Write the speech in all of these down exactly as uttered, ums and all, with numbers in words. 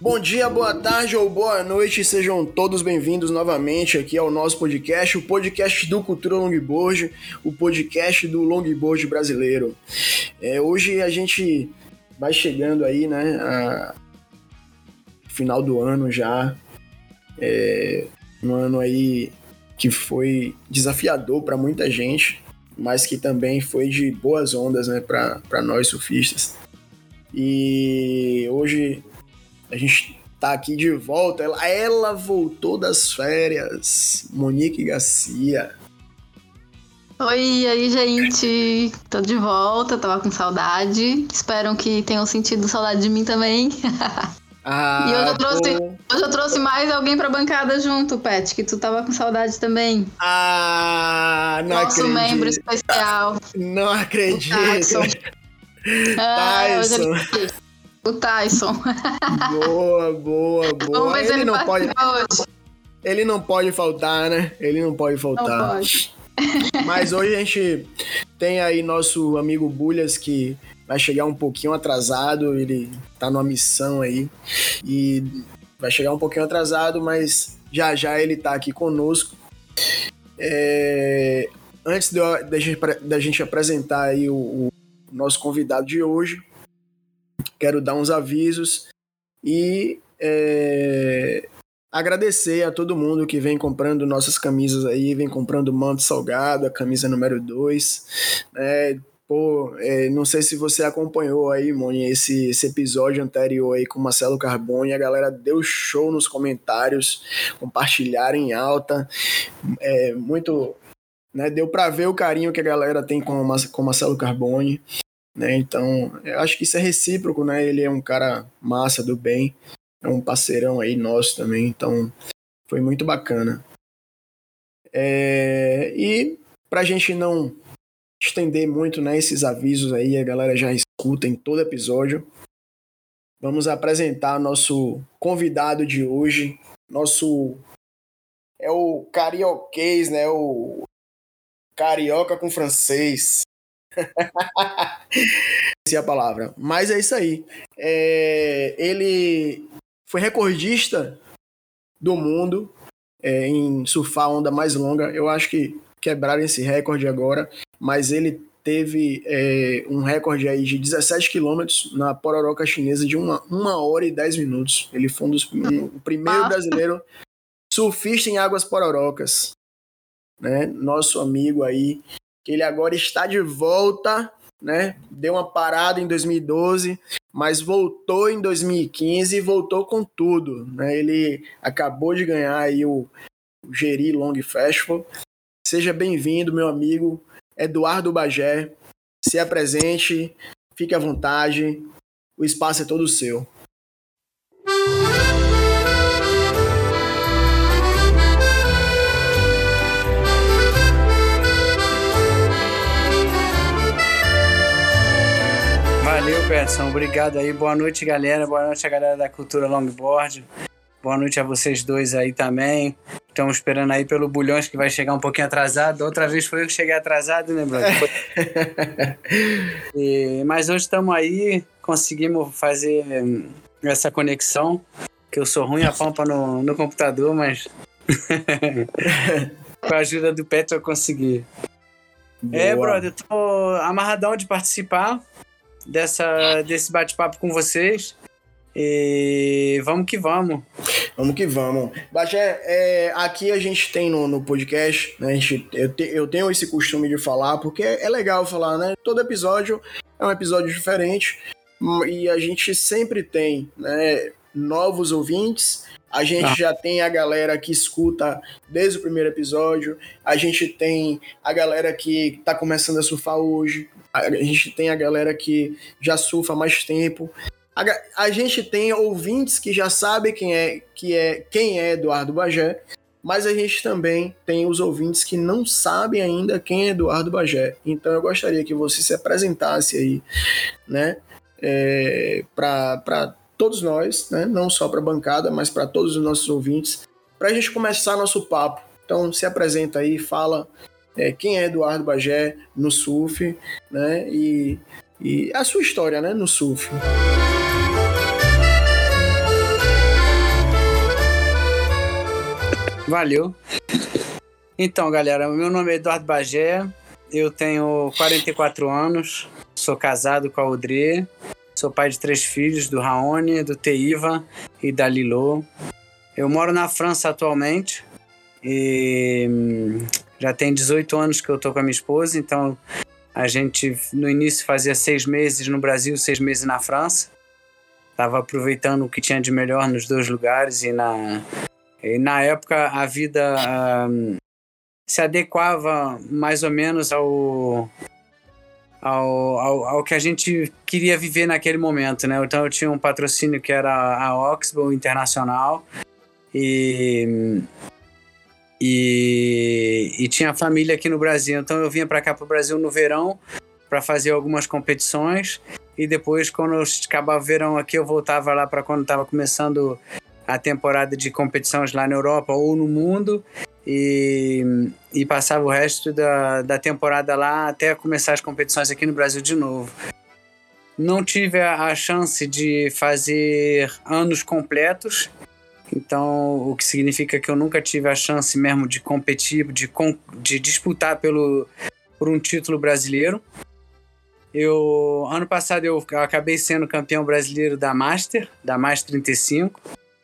Bom dia, boa tarde ou boa noite, sejam todos bem-vindos novamente aqui ao nosso podcast, o podcast do Cultura Longboard, o podcast do longboard brasileiro. É, hoje a gente vai chegando aí, né, a final do ano já, é, um ano aí que foi desafiador para muita gente, mas que também foi de boas ondas, né, para nós surfistas. E hoje a gente tá aqui de volta, ela, ela voltou das férias, Monique Garcia. Oi, aí gente, tô de volta, tava com saudade, espero que tenham sentido saudade de mim também. Ah, e hoje eu, trouxe, hoje eu trouxe mais alguém pra bancada junto, Pet, que tu tava com saudade também. Ah, não Nosso acredito. Nosso membro especial. Não acredito. Tyson. Ah, Tyson. Hoje é o Tyson. Boa, boa, boa. Vamos ver se ele, ele não pode hoje. Ele não pode faltar, né? Ele não pode faltar. Não pode. Mas hoje a gente tem aí nosso amigo Bulhas, que vai chegar um pouquinho atrasado, ele tá numa missão aí, e vai chegar um pouquinho atrasado, mas já já ele tá aqui conosco. É... Antes de eu, da, gente, da gente apresentar aí o, o nosso convidado de hoje, quero dar uns avisos e é, agradecer a todo mundo que vem comprando nossas camisas aí, vem comprando Manto Salgado, a camisa número dois. É, pô, é, não sei se você acompanhou aí, Moni, esse, esse episódio anterior aí com o Marcelo Carbone, a galera deu show nos comentários, compartilharam em alta, é, muito, né, deu pra ver o carinho que a galera tem com o Marcelo Carbone. Né? Então, eu acho que isso é recíproco, né? Ele é um cara massa, do bem, é um parceirão aí nosso também, então foi muito bacana. É... E pra gente não estender muito, né, esses avisos aí, a galera já escuta em todo episódio, vamos apresentar nosso convidado de hoje, nosso... é o carioquês, né? O carioca com francês. Essa é a palavra. Mas é isso aí. É, ele foi recordista do mundo é, em surfar a onda mais longa. Eu acho que quebraram esse recorde agora, mas ele teve é, um recorde aí de dezessete quilômetros na Pororoca chinesa de uma, uma hora e dez minutos. Ele foi um dos, um, o primeiro brasileiro surfista em águas pororocas. Né? Nosso amigo aí, que ele agora está de volta, né? Deu uma parada em dois mil e doze, mas voltou em dois mil e quinze e voltou com tudo, né? Ele acabou de ganhar aí o, o Geri Long Festival. Seja bem-vindo, meu amigo Eduardo Bagé. Se apresente, fique à vontade, o espaço é todo seu. Valeu, Peterson. Obrigado aí. Boa noite, galera. Boa noite a galera da Cultura Longboard. Boa noite a vocês dois aí também. Estamos esperando aí pelo Bulhões, que vai chegar um pouquinho atrasado. Outra vez foi eu que cheguei atrasado, né, brother? e, mas hoje estamos aí, conseguimos fazer essa conexão, que eu sou ruim a pampa no, no computador, mas com a ajuda do Petro eu consegui. Boa. É, brother, eu tô amarradão de participar dessa, desse bate-papo com vocês. E vamos que vamos. Vamos que vamos. Bagé, é, aqui a gente tem no, no podcast, né, a gente, eu, te, eu tenho esse costume de falar, porque é legal falar, né? Todo episódio é um episódio diferente e a gente sempre tem, né, novos ouvintes. A gente ah. já tem a galera que escuta desde o primeiro episódio, a gente tem a galera que tá começando a surfar hoje, a gente tem a galera que já surfa há mais tempo. A, a gente tem ouvintes que já sabem quem é, que é, quem é Eduardo Bagé, mas a gente também tem os ouvintes que não sabem ainda quem é Eduardo Bagé. Então eu gostaria que você se apresentasse aí, né, é, para todos nós, né, não só para a bancada, mas para todos os nossos ouvintes, para a gente começar nosso papo. Então se apresenta aí, fala é, quem é Eduardo Bagé no surf, né, e, e a sua história, né, no surf. Valeu. Então, galera, meu nome é Eduardo Bagé, eu tenho quarenta e quatro anos, sou casado com a Audrey, sou pai de três filhos, do Raoni, do Teiva e da Lilo. Eu moro na França atualmente e já tem dezoito anos que eu tô com a minha esposa, então a gente no início fazia seis meses no Brasil, seis meses na França. Tava aproveitando o que tinha de melhor nos dois lugares e na, e na época a vida um, se adequava mais ou menos ao, ao, ao, ao que a gente queria viver naquele momento, né? Então eu tinha um patrocínio que era a Oxbow Internacional e, e, e tinha família aqui no Brasil, então eu vinha para cá para o Brasil no verão para fazer algumas competições e depois quando acabava o verão aqui eu voltava lá para quando estava começando a temporada de competições lá na Europa ou no mundo e, e passava o resto da, da temporada lá até começar as competições aqui no Brasil de novo. Não tive a, a chance de fazer anos completos, então o que significa que eu nunca tive a chance mesmo de competir, de, de disputar pelo, por um título brasileiro. Eu, ano passado eu acabei sendo campeão brasileiro da Master, da Master trinta e cinco,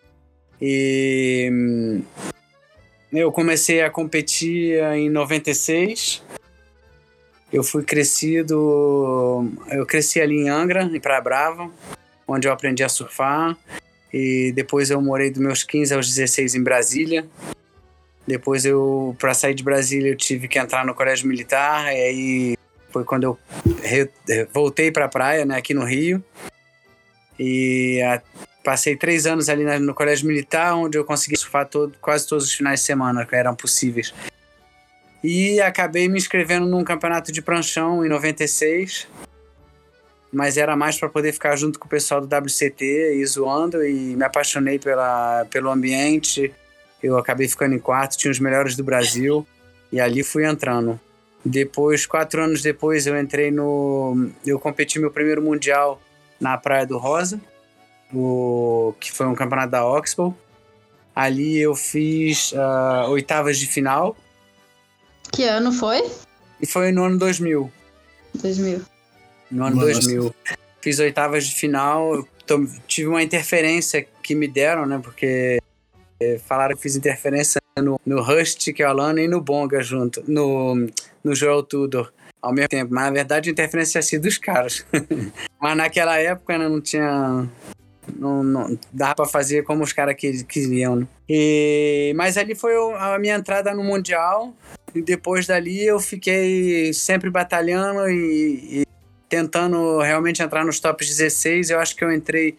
e eu comecei a competir em noventa e seis. Eu fui crescido, eu cresci ali em Angra, em Praia Brava, onde eu aprendi a surfar. E depois eu morei dos meus quinze aos dezesseis em Brasília. Depois eu, para sair de Brasília, eu tive que entrar no colégio militar. E aí foi quando eu re, voltei para a praia, né, aqui no Rio. E a, passei três anos ali na, no colégio militar, onde eu consegui surfar todo, quase todos os finais de semana que eram possíveis. E acabei me inscrevendo num campeonato de pranchão em noventa e seis. Mas era mais para poder ficar junto com o pessoal do W C T e zoando, e me apaixonei pela, pelo ambiente. Eu acabei ficando em quarto, tinha os melhores do Brasil, e ali fui entrando. Depois, quatro anos depois, eu entrei no... Eu competi meu primeiro mundial na Praia do Rosa, o, que foi um campeonato da Oxbow. Ali eu fiz uh, oitavas de final. Que ano foi? E foi no ano dois mil. dois mil. No ano Nossa. dois mil. Fiz oitavas de final. Eu tô, tive uma interferência que me deram, né? Porque é, falaram que fiz interferência no, no Rust, que é o Alana, e no Bonga junto. No, no Joel Tudor, ao mesmo tempo. Mas na verdade a interferência tinha sido dos caras. Mas naquela época, né, não tinha... Não, não dava pra fazer como os caras queriam, né? E, mas ali foi a minha entrada no Mundial. E depois dali eu fiquei sempre batalhando e... e tentando realmente entrar nos top dezesseis. Eu acho que eu entrei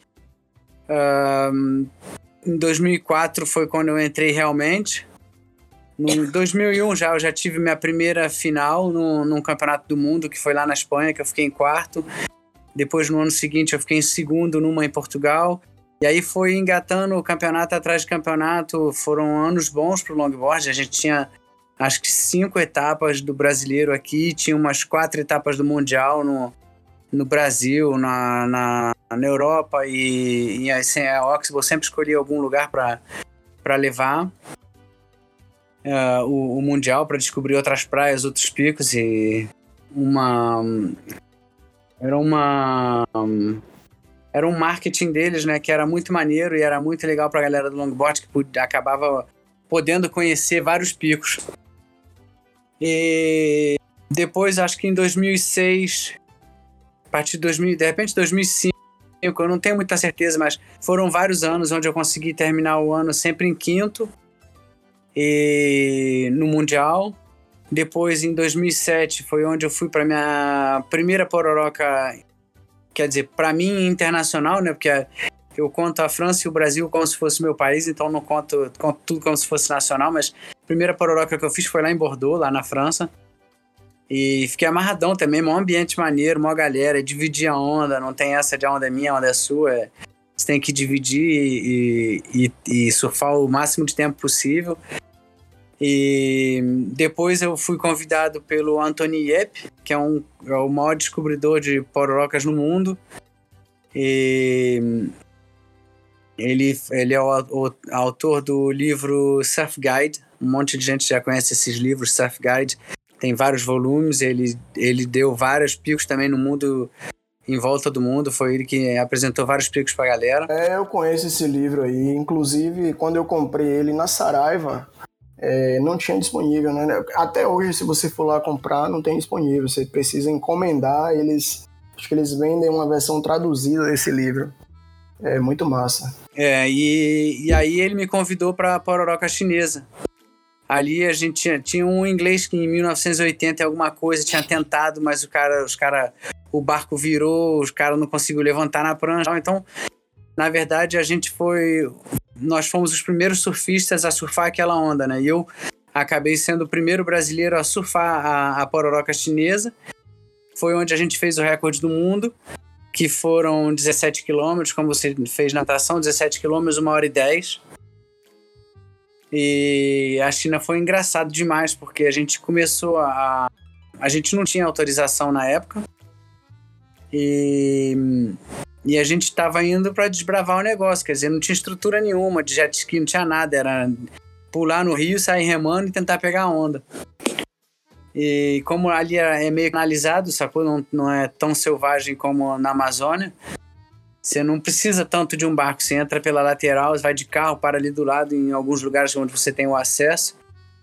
uh, em dois mil e quatro foi quando eu entrei realmente. Em dois mil e um já, eu já tive minha primeira final no, num campeonato do mundo, que foi lá na Espanha, que eu fiquei em quarto. Depois no ano seguinte eu fiquei em segundo numa em Portugal. E aí foi engatando campeonato atrás de campeonato. Foram anos bons pro longboard. A gente tinha acho que cinco etapas do brasileiro aqui, tinha umas quatro etapas do mundial no, no Brasil, na, na, na Europa, e, e assim, a Oxbow sempre escolhia algum lugar para levar uh, o, o mundial, para descobrir outras praias, outros picos, e uma... Era uma... Era um marketing deles, né, que era muito maneiro e era muito legal para a galera do longboard, que podia, acabava podendo conhecer vários picos. E depois, acho que em dois mil e seis, a partir de dois mil, de repente dois mil e cinco, eu não tenho muita certeza, mas foram vários anos onde eu consegui terminar o ano sempre em quinto e no Mundial. Depois, em dois mil e sete, foi onde eu fui para minha primeira pororoca, quer dizer, para mim internacional, né? Porque eu conto a França e o Brasil como se fosse meu país, então não conto, conto tudo como se fosse nacional, mas a primeira pororoca que eu fiz foi lá em Bordeaux, lá na França. E fiquei amarradão também, maior ambiente maneiro, maior galera, dividir a onda, não tem essa de a onda é minha, a onda é sua. É, você tem que dividir e, e, e surfar o máximo de tempo possível. E depois eu fui convidado pelo Anthony Yep, que é, um, é o maior descobridor de pororocas no mundo. E... Ele, ele é o, o autor do livro Surf Guide. Um monte de gente já conhece esses livros, Surf Guide. Tem vários volumes, ele, ele deu vários picos também no mundo, em volta do mundo. Foi ele que apresentou vários picos pra galera. É, eu conheço esse livro aí. Inclusive, quando eu comprei ele na Saraiva, é, não tinha disponível, né? Até hoje, se você for lá comprar, não tem disponível. Você precisa encomendar. Eles, acho que eles vendem uma versão traduzida desse livro. É muito massa. É, e, e aí ele me convidou pra Pororoca Chinesa. Ali a gente tinha, tinha um inglês que em mil novecentos e oitenta e alguma coisa tinha tentado, mas o cara, os cara, o barco virou, os caras não conseguiu levantar na prancha. Então, na verdade, a gente foi... Nós fomos os primeiros surfistas a surfar aquela onda, né? E eu acabei sendo o primeiro brasileiro a surfar a, a Pororoca Chinesa. Foi onde a gente fez o recorde do mundo, que foram dezessete quilômetros, como você fez natação, dezessete quilômetros, uma hora e dez. E a China foi engraçado demais, porque a gente começou a... A gente não tinha autorização na época. E, e a gente estava indo para desbravar o negócio, quer dizer, não tinha estrutura nenhuma de jet ski, não tinha nada, era pular no rio, sair remando e tentar pegar a onda. E como ali é meio canalizado, sacou? Não, não é tão selvagem como na Amazônia. Você não precisa tanto de um barco. Você entra pela lateral, vai de carro, para ali do lado, em alguns lugares onde você tem o acesso,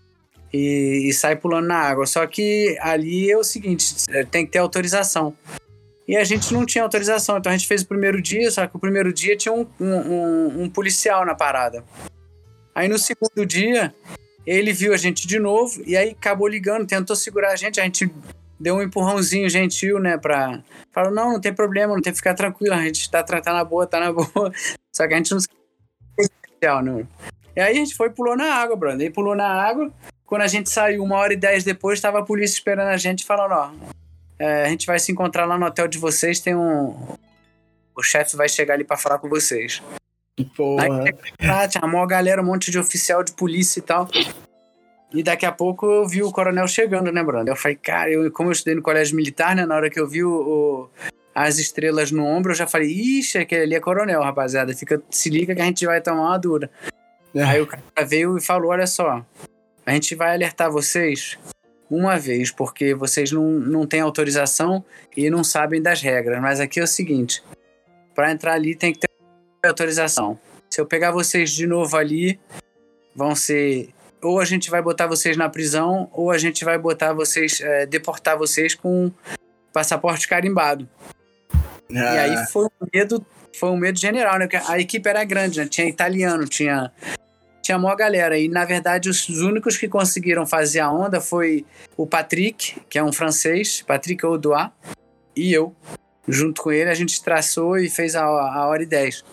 e, e sai pulando na água. Só que ali é o seguinte, tem que ter autorização. E a gente não tinha autorização, então a gente fez o primeiro dia, só que o primeiro dia tinha um, um, um, um policial na parada. Aí no segundo dia, ele viu a gente de novo, e aí acabou ligando, tentou segurar a gente, a gente... deu um empurrãozinho gentil, né, pra... Falou, não, não tem problema, não tem que ficar tranquilo, a gente tá, tá na boa, tá na boa. Só que a gente não sabe, não. E aí a gente foi e pulou na água, brother. Aí pulou na água, quando a gente saiu, uma hora e dez depois, tava a polícia esperando a gente, falando, ó, é, a gente vai se encontrar lá no hotel de vocês, tem um... O chefe vai chegar ali pra falar com vocês. Porra. Aí tinha uma galera, um monte de oficial de polícia e tal. E daqui a pouco eu vi o coronel chegando, né, Bruno? Eu falei, cara, eu, como eu estudei no colégio militar, né, na hora que eu vi o, o, as estrelas no ombro, eu já falei, ixi, aquele ali é coronel, rapaziada, fica, se liga que a gente vai tomar uma dura. É. Aí o cara veio e falou, olha só, a gente vai alertar vocês uma vez, porque vocês não, não têm autorização e não sabem das regras, mas aqui é o seguinte, para entrar ali tem que ter autorização. Se eu pegar vocês de novo ali, vão ser... ou a gente vai botar vocês na prisão, ou a gente vai botar vocês, é, deportar vocês com passaporte carimbado. Ah. E aí foi um medo, foi um medo general, né? Porque a equipe era grande, né? Tinha italiano, tinha, tinha maior galera. E, na verdade, os únicos que conseguiram fazer a onda foi o Patrick, que é um francês, Patrick Audois, e eu. Junto com ele, a gente traçou e fez a, a hora e dez.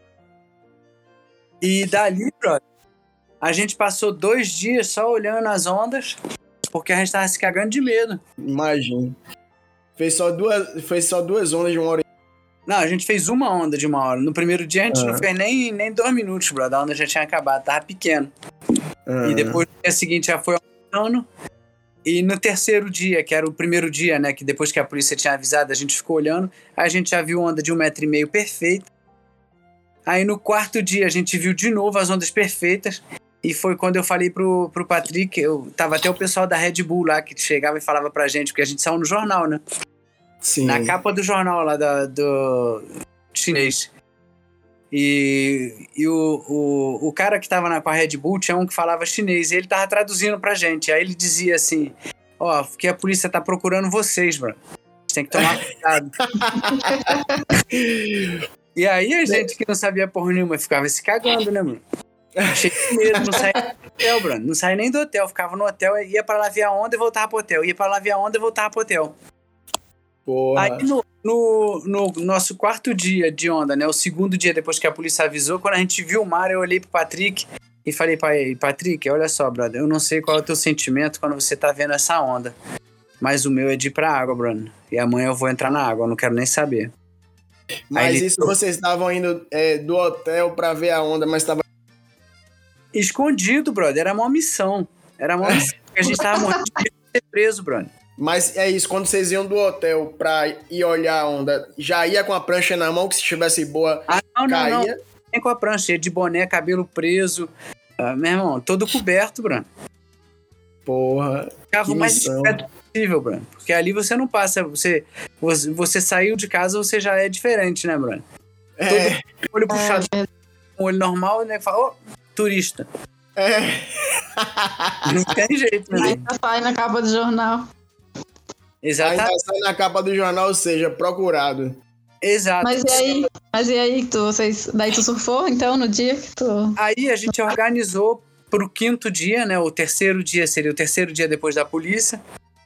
E dali, brother, a gente passou dois dias só olhando as ondas, porque a gente tava se cagando de medo. Imagina. Fez só duas, fez só duas ondas de uma hora. Não, a gente fez uma onda de uma hora. No primeiro dia a gente ah. não fez nem, nem dois minutos, brother. A onda já tinha acabado, tava pequeno. Ah. E depois, no dia seguinte, já foi aumentando. E no terceiro dia, que era o primeiro dia, né, que depois que a polícia tinha avisado, a gente ficou olhando, a gente já viu onda de um metro e meio perfeita. Aí no quarto dia a gente viu de novo as ondas perfeitas. E foi quando eu falei pro, pro Patrick, eu tava até o pessoal da Red Bull lá, que chegava e falava pra gente, porque a gente saiu no jornal, né? Sim. Na capa do jornal lá da, do chinês. E, e o, o, o cara que tava na, com a Red Bull tinha um que falava chinês, e ele tava traduzindo pra gente. Aí ele dizia assim, ó, oh, porque a polícia tá procurando vocês, mano. Tem que tomar cuidado. E aí a gente que não sabia porra nenhuma ficava se cagando, né, mano? Cheio de medo, não saía do hotel, Bruno. Não saía nem do hotel, ficava no hotel, ia pra lá ver a onda e voltava pro hotel. Ia pra lá ver a onda e voltava pro hotel. Porra. Aí no, no, no nosso quarto dia de onda, né? O segundo dia depois que a polícia avisou, quando a gente viu o mar, eu olhei pro Patrick e falei pra ele, Patrick, olha só, brother, eu não sei qual é o teu sentimento quando você tá vendo essa onda. Mas o meu é de ir pra água, Bruno. E amanhã eu vou entrar na água, eu não quero nem saber. Mas ele... isso vocês estavam indo é, do hotel pra ver a onda, mas tava escondido, brother. Era uma missão. Era uma missão. A gente tava morrendo de medo de ser preso, brother. Mas é isso, quando vocês iam do hotel pra ir olhar a onda, já ia com a prancha na mão, que se tivesse boa, ah, não, caía? Não, não. nem com a prancha, ia de boné, cabelo preso. Uh, meu irmão, todo coberto, Bruno. Porra. Ficava o mais missão. discreto possível, Bruno. Porque ali você não passa. Você, você, você saiu de casa, você já é diferente, né, Bruno? É. Todo olho puxado, É, com o olho normal, né? Fala, ô, turista. É. Não tem jeito, né? ainda sai na capa do jornal. Exato. Ainda sai na capa do jornal, ou seja, procurado. Exato. Mas e aí? Mas e aí, tu, vocês, daí tu surfou, então, no dia que tu... Aí a gente organizou pro quinto dia, né? O terceiro dia seria o terceiro dia depois da polícia.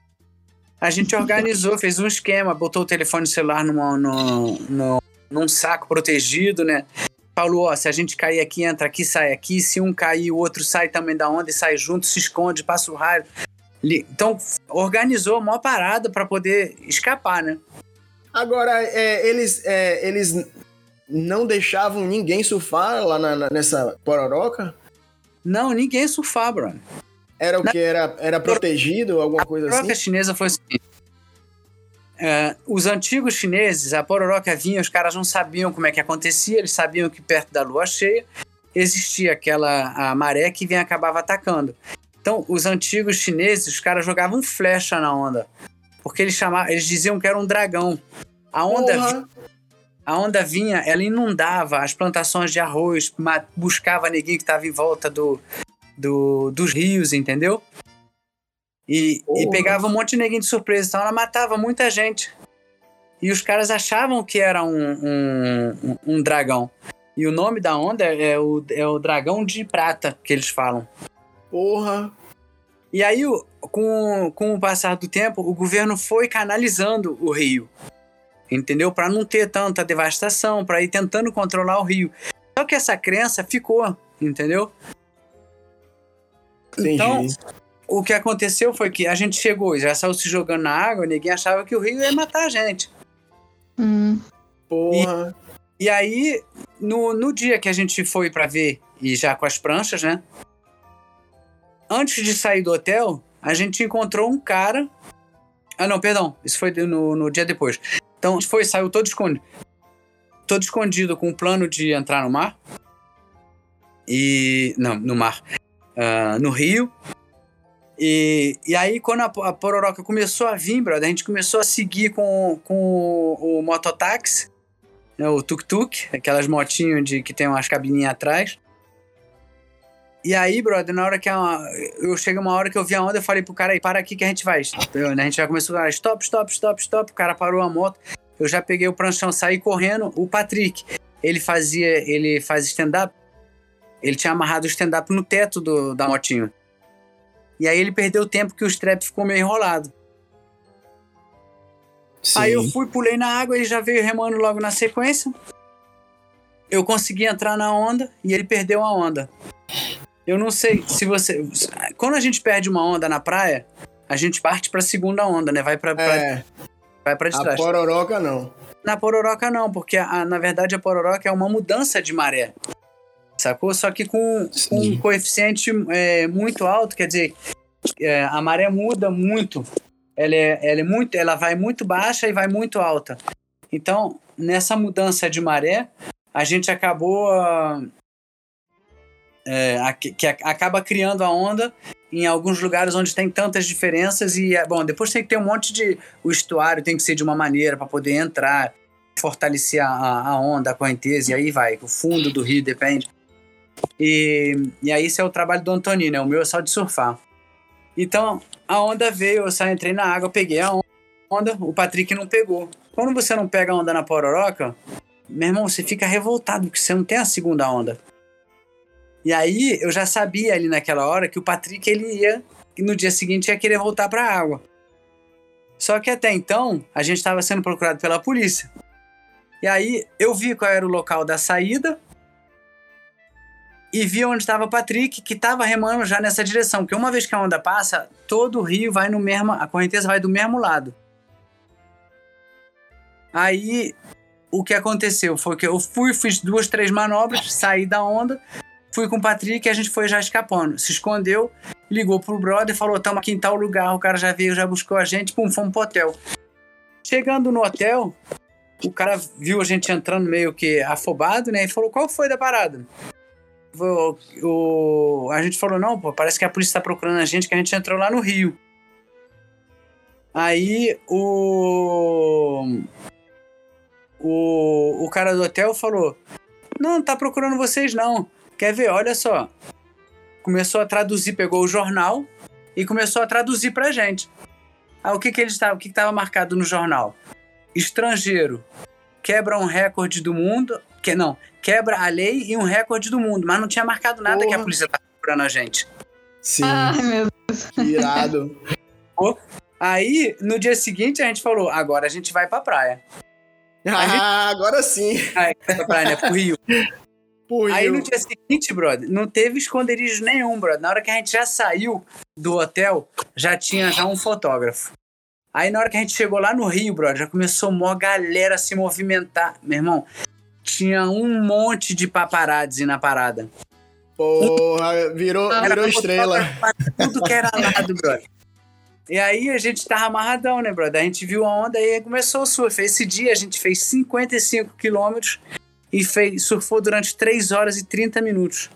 A gente organizou, fez um esquema, botou o telefone celular numa, no, no, num saco protegido, né? Falou, ó, se a gente cair aqui, entra aqui, sai aqui. Se um cair, o outro sai também da onda e sai junto, se esconde, passa o raio. Então, organizou a maior parada pra poder escapar, né? Agora, é, eles, é, eles não deixavam ninguém surfar lá na, na- nessa pororoca? Não, ninguém surfar, Bruno. Era o que? Era, era protegido, alguma coisa A pororoca assim? chinesa foi assim. É, os antigos chineses, a pororoca vinha, os caras não sabiam como é que acontecia, eles sabiam que perto da lua cheia existia aquela a maré que vinha acabava atacando. Então, os antigos chineses, os caras jogavam flecha na onda, porque eles chamavam, eles diziam que era um dragão. A onda, vi- Porra. a onda vinha, ela inundava as plantações de arroz, ma- buscava neguinho que estava em volta do, do, dos rios, entendeu? E, e Porra. pegava um monte de neguinho de surpresa. Então ela matava muita gente. E os caras achavam que era um, um, um- um dragão. E o nome da onda é o, é o dragão de prata, que eles falam. Porra. E aí, o- com, com o passar do tempo, o governo foi canalizando o rio. Entendeu? Para não ter tanta devastação, para ir tentando controlar o rio. Só que essa crença ficou, entendeu? Entendi. Então, o que aconteceu foi que a gente chegou e já saiu se jogando na água, ninguém achava que o rio ia matar a gente. Hum, Porra. E aí, no, no dia que a gente foi pra ver, e já com as pranchas, né? Antes de sair do hotel, a gente encontrou um cara... Ah, não, perdão. Isso foi no, no dia depois. Então, a gente foi, saiu todo escondido. Todo escondido com o plano de entrar no mar. E... Não, no mar. Ah, no rio. E, e aí, quando a, a pororoca começou a vir, brother, a gente começou a seguir com, com o, o mototáxi, né, o tuk-tuk, aquelas motinhas de, que tem umas cabininhas atrás. E aí, brother, na hora que a, eu cheguei uma hora que eu vi a onda, eu falei pro cara aí, para aqui que a gente vai. Eu, né, a gente já começou a falar, stop, stop, stop, stop. O cara parou a moto. Eu já peguei o pranchão, saí correndo. O Patrick, ele fazia, ele faz stand-up. Ele tinha amarrado o stand-up no teto do, da motinha. E aí ele perdeu tempo que o strap ficou meio enrolado. Sim. Aí eu fui, pulei na água, ele já veio remando logo na sequência. Eu consegui entrar na onda e ele perdeu a onda. Eu não sei se você... Quando a gente perde uma onda na praia, a gente parte pra segunda onda, né? Vai pra, pra, É, vai pra de a trás. pororoca não. Na pororoca não, porque a- na verdade a pororoca é uma mudança de maré. Sacou? Só que com, com Sim. um coeficiente é, muito alto, quer dizer, é, a maré muda muito. Ela, é, ela, é muito. ela vai muito baixa e vai muito alta. Então, nessa mudança de maré, a gente acabou... ah, é, a- que a- acaba criando a onda em alguns lugares onde tem tantas diferenças e, é, bom, depois tem que ter um monte de... O estuário tem que ser de uma maneira para poder entrar, fortalecer a, a onda, a correnteza, e aí vai. O fundo do rio depende. E, e aí esse é o trabalho do Antonino, né? O meu é só de surfar. Então, a onda veio, eu só entrei na água, peguei a onda, o Patrick não pegou. Quando você não pega a onda na pororoca, meu irmão, você fica revoltado, porque você não tem a segunda onda. E aí, eu já sabia ali naquela hora que o Patrick, ele ia, e no dia seguinte ia querer voltar pra água. Só que até então, a gente estava sendo procurado pela polícia. E aí, eu vi qual era o local da saída, e vi onde estava o Patrick, que estava remando já nessa direção. Porque uma vez que a onda passa, todo o rio vai no mesmo... A correnteza vai do mesmo lado. Aí, o que aconteceu foi que eu fui, fiz duas, três manobras, saí da onda, fui com o Patrick e a gente foi já escapando. Se escondeu, ligou pro brother, falou, tamo aqui em tal lugar, o cara já veio, já buscou a gente, pum, fomos pro hotel. Chegando no hotel, o cara viu a gente entrando meio que afobado, né? E falou, qual foi da parada? O, o, a gente falou, não, pô, parece que a polícia tá procurando a gente, que a gente entrou lá no Rio. Aí o, o, o cara do hotel falou, não, tá procurando vocês não. Quer ver? Olha só. Começou a traduzir, pegou o jornal e começou a traduzir pra gente. Ah, o que que eles estavam, o que que estava marcado no jornal? Estrangeiro quebra um recorde do mundo, que não, quebra a lei e um recorde do mundo, mas não tinha marcado nada. Porra. Que a polícia estava procurando a gente. Sim. Ai, meu Deus. Que irado. Aí, no dia seguinte, a gente falou, agora a gente vai pra praia. Ah, gente... agora sim. Aí, pra praia, né? Pro Rio. Pro Rio. Aí, no dia seguinte, brother, não teve esconderijo nenhum, brother. Na hora que a gente já saiu do hotel, já tinha já um fotógrafo. Aí, na hora que a gente chegou lá no Rio, brother, já começou uma galera a se movimentar. Meu irmão, tinha um monte de paparazzi na parada. Porra, virou, virou estrela. Tudo que era lado, brother. E aí, a gente tava amarradão, né, brother? A gente viu a onda e aí começou o surf. Esse dia, a gente fez cinquenta e cinco quilômetros e fez, surfou durante três horas e trinta minutos.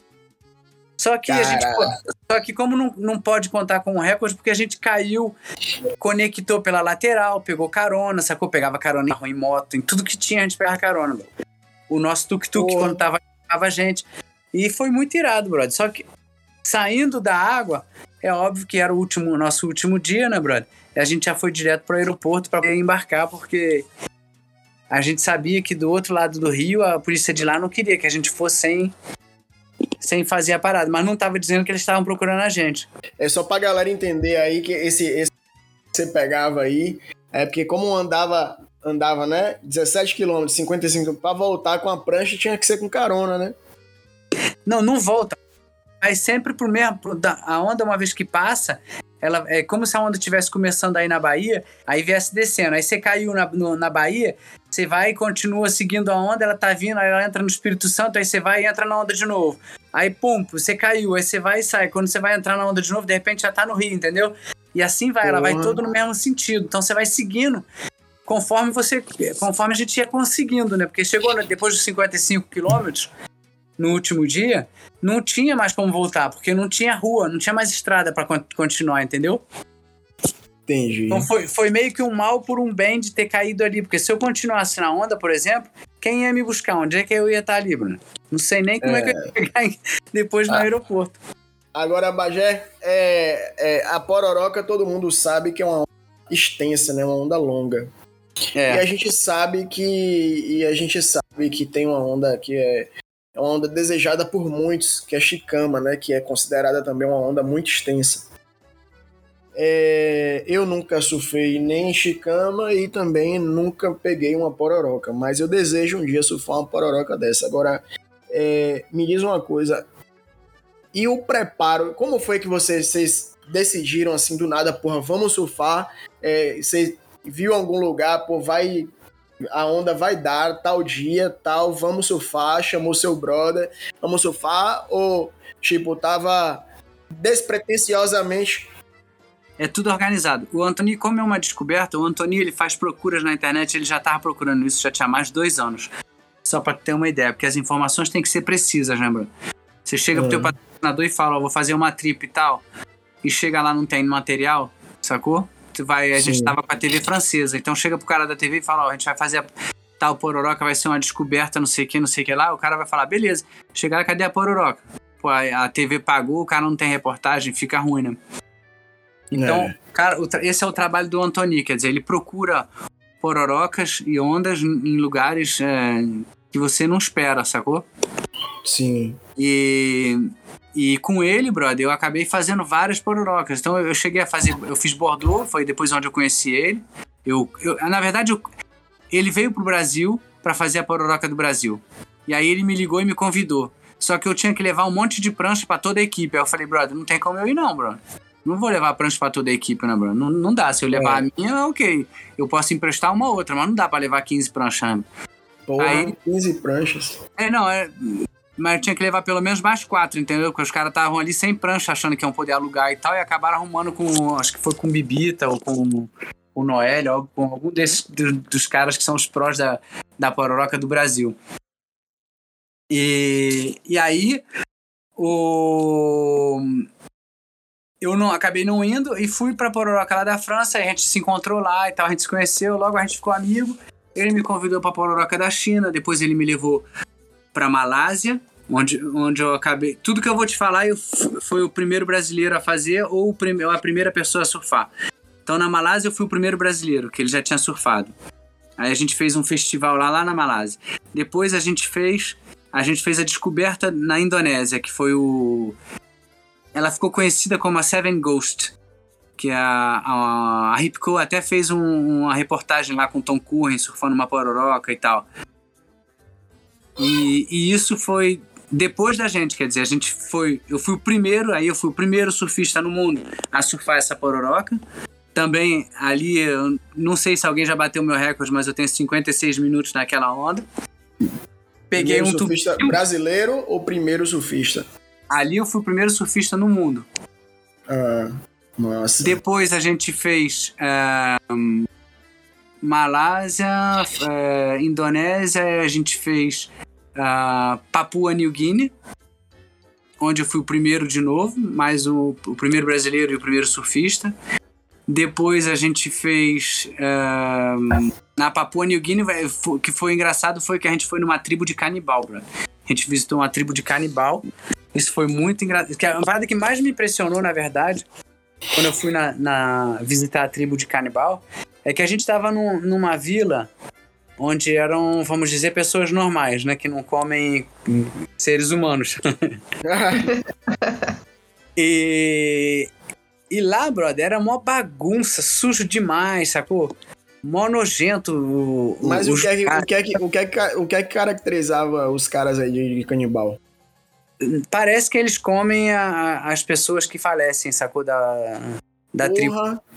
Só que Cara. a gente... Só que como não, não pode contar com o recorde, porque a gente caiu, conectou pela lateral, pegou carona, sacou? Pegava carona em carro, em moto, em tudo que tinha a gente pegava carona, bro. O nosso tuk-tuk, quando tava, tava a gente. E foi muito irado, brother. Só que saindo da água, é óbvio que era o último, nosso último dia, né, brother? E a gente já foi direto pro aeroporto pra poder embarcar, porque a gente sabia que do outro lado do rio, a polícia de lá não queria que a gente fosse sem... sem fazer a parada, mas não tava dizendo que eles estavam procurando a gente. É só pra galera entender aí que esse, esse que você pegava aí, é porque como andava, andava, né, dezessete quilômetros, cinquenta e cinco, pra voltar com a prancha tinha que ser com carona, né? Não, não volta. Vai sempre pro mesmo, a onda uma vez que passa, ela, é como se a onda estivesse começando aí na Bahia, aí viesse descendo, aí você caiu na, no, na Bahia, você vai e continua seguindo a onda, ela tá vindo, aí ela entra no Espírito Santo, aí você vai e entra na onda de novo. Aí, pum, você caiu, aí você vai e sai. Quando você vai entrar na onda de novo, de repente já tá no Rio, entendeu? E assim vai, ela vai todo no mesmo sentido. Então você vai seguindo conforme você, conforme a gente ia conseguindo, né? Porque chegou depois dos cinquenta e cinco quilômetros, no último dia, não tinha mais como voltar, porque não tinha rua, não tinha mais estrada pra continuar, entendeu? Entendi. Então foi, foi meio que um mal por um bem de ter caído ali, porque se eu continuasse na onda, por exemplo, quem ia me buscar? Onde é que eu ia estar ali, Bruno? Não sei nem como é, é que eu ia pegar depois no ah. aeroporto. Agora, Bagé, é, é, a Pororoca todo mundo sabe que é uma onda extensa, né? Uma onda longa. É. E a gente sabe que e a gente sabe que tem uma onda que é, é uma onda desejada por muitos, que é Chicama, né? Que é considerada também uma onda muito extensa. É, eu nunca surfei nem em Chicama e também nunca peguei uma pororoca, mas eu desejo um dia surfar uma pororoca dessa. Agora, é, me diz uma coisa, e o preparo, como foi que vocês, vocês decidiram assim do nada, porra, vamos surfar, é, você viu em algum lugar, pô, vai, a onda vai dar tal dia, tal, vamos surfar, chamou seu brother, vamos surfar, ou tipo, tava despretensiosamente... É tudo organizado. O Antônio, como é uma descoberta, o Antônio ele faz procuras na internet, ele já estava procurando isso, já tinha mais de dois anos. Só para ter uma ideia, porque as informações têm que ser precisas, né, Bruno? Você chega uhum. pro teu patrocinador e fala, ó, vou fazer uma trip e tal, e chega lá não tem material, sacou? Tu vai, a gente Sim. tava com a T V francesa, então chega pro cara da T V e fala, ó, a gente vai fazer a tal pororoca, vai ser uma descoberta, não sei o que, não sei o que lá, o cara vai falar, beleza, chegar lá, cadê a pororoca? Pô, a T V pagou, o cara não tem reportagem, fica ruim, né? Então, é. cara, esse é o trabalho do Antônio, quer dizer, ele procura pororocas e ondas em lugares é, que você não espera, sacou? Sim. E, e com ele, brother, eu acabei fazendo várias pororocas. Então eu cheguei a fazer, eu fiz Bordeaux, foi depois onde eu conheci ele. Eu, eu, na verdade, eu, ele veio pro Brasil para fazer a pororoca do Brasil. E aí ele me ligou e me convidou. Só que eu tinha que levar um monte de prancha para toda a equipe. Aí eu falei, brother, não tem como eu ir não, brother. Não vou levar prancha pra toda a equipe, né, Bruno? Não, não dá. Se eu levar é. a minha, ok. Eu posso emprestar uma outra, mas não dá pra levar quinze pranchas. Porra, aí, quinze pranchas. É, não, é... Mas eu tinha que levar pelo menos mais quatro, entendeu? Porque os caras estavam ali sem prancha, achando que iam poder alugar e tal, e acabaram arrumando com... Acho que foi com bibita ou com... o Noélio, ou com algum desses do, dos caras que são os prós da, da Pororoca do Brasil. E, e aí, o... eu não, acabei não indo e fui pra Pororoca lá da França, a gente se encontrou lá e tal, a gente se conheceu, logo a gente ficou amigo. Ele me convidou pra Pororoca da China, depois ele me levou pra Malásia, onde, onde eu acabei... Tudo que eu vou te falar, eu f- foi o primeiro brasileiro a fazer ou o prim- a primeira pessoa a surfar. Então, na Malásia, eu fui o primeiro brasileiro, que ele já tinha surfado. Aí a gente fez um festival lá, lá na Malásia. Depois a gente fez... A gente fez a descoberta na Indonésia, que foi o... Ela ficou conhecida como a Seven Ghost, que a, a, a Ripco até fez um, uma reportagem lá com Tom Curren, surfando uma pororoca e tal. E, e isso foi depois da gente, quer dizer, a gente foi... Eu fui o primeiro, aí eu fui o primeiro surfista no mundo a surfar essa pororoca. Também ali, eu não sei se alguém já bateu o meu recorde, mas eu tenho cinquenta e seis minutos naquela onda. Peguei primeiro um surfista tubinho. brasileiro ou primeiro surfista? Ali eu fui o primeiro surfista no mundo. Ah, nossa. Depois a gente fez é, Malásia, é, Indonésia, a gente fez é, Papua New Guinea, onde eu fui o primeiro de novo, mais o, o primeiro brasileiro e o primeiro surfista. Depois a gente fez uh, na Papua New Guinea, o que foi engraçado foi que a gente foi numa tribo de canibal, bro. A gente visitou uma tribo de canibal. Isso foi muito engraçado. A parada que mais me impressionou, na verdade, quando eu fui na, na visitar a tribo de canibal, é que a gente estava num, numa vila onde eram, vamos dizer, pessoas normais, né? Que não comem seres humanos. e... E lá, brother, era mó bagunça, sujo demais, sacou? Mó nojento. O, Mas os o que, é que, caras. o, que é que, o, que é que, o que é que caracterizava os caras aí de, de canibal? Parece que eles comem a, a, as pessoas que falecem, sacou? Da, da tribo.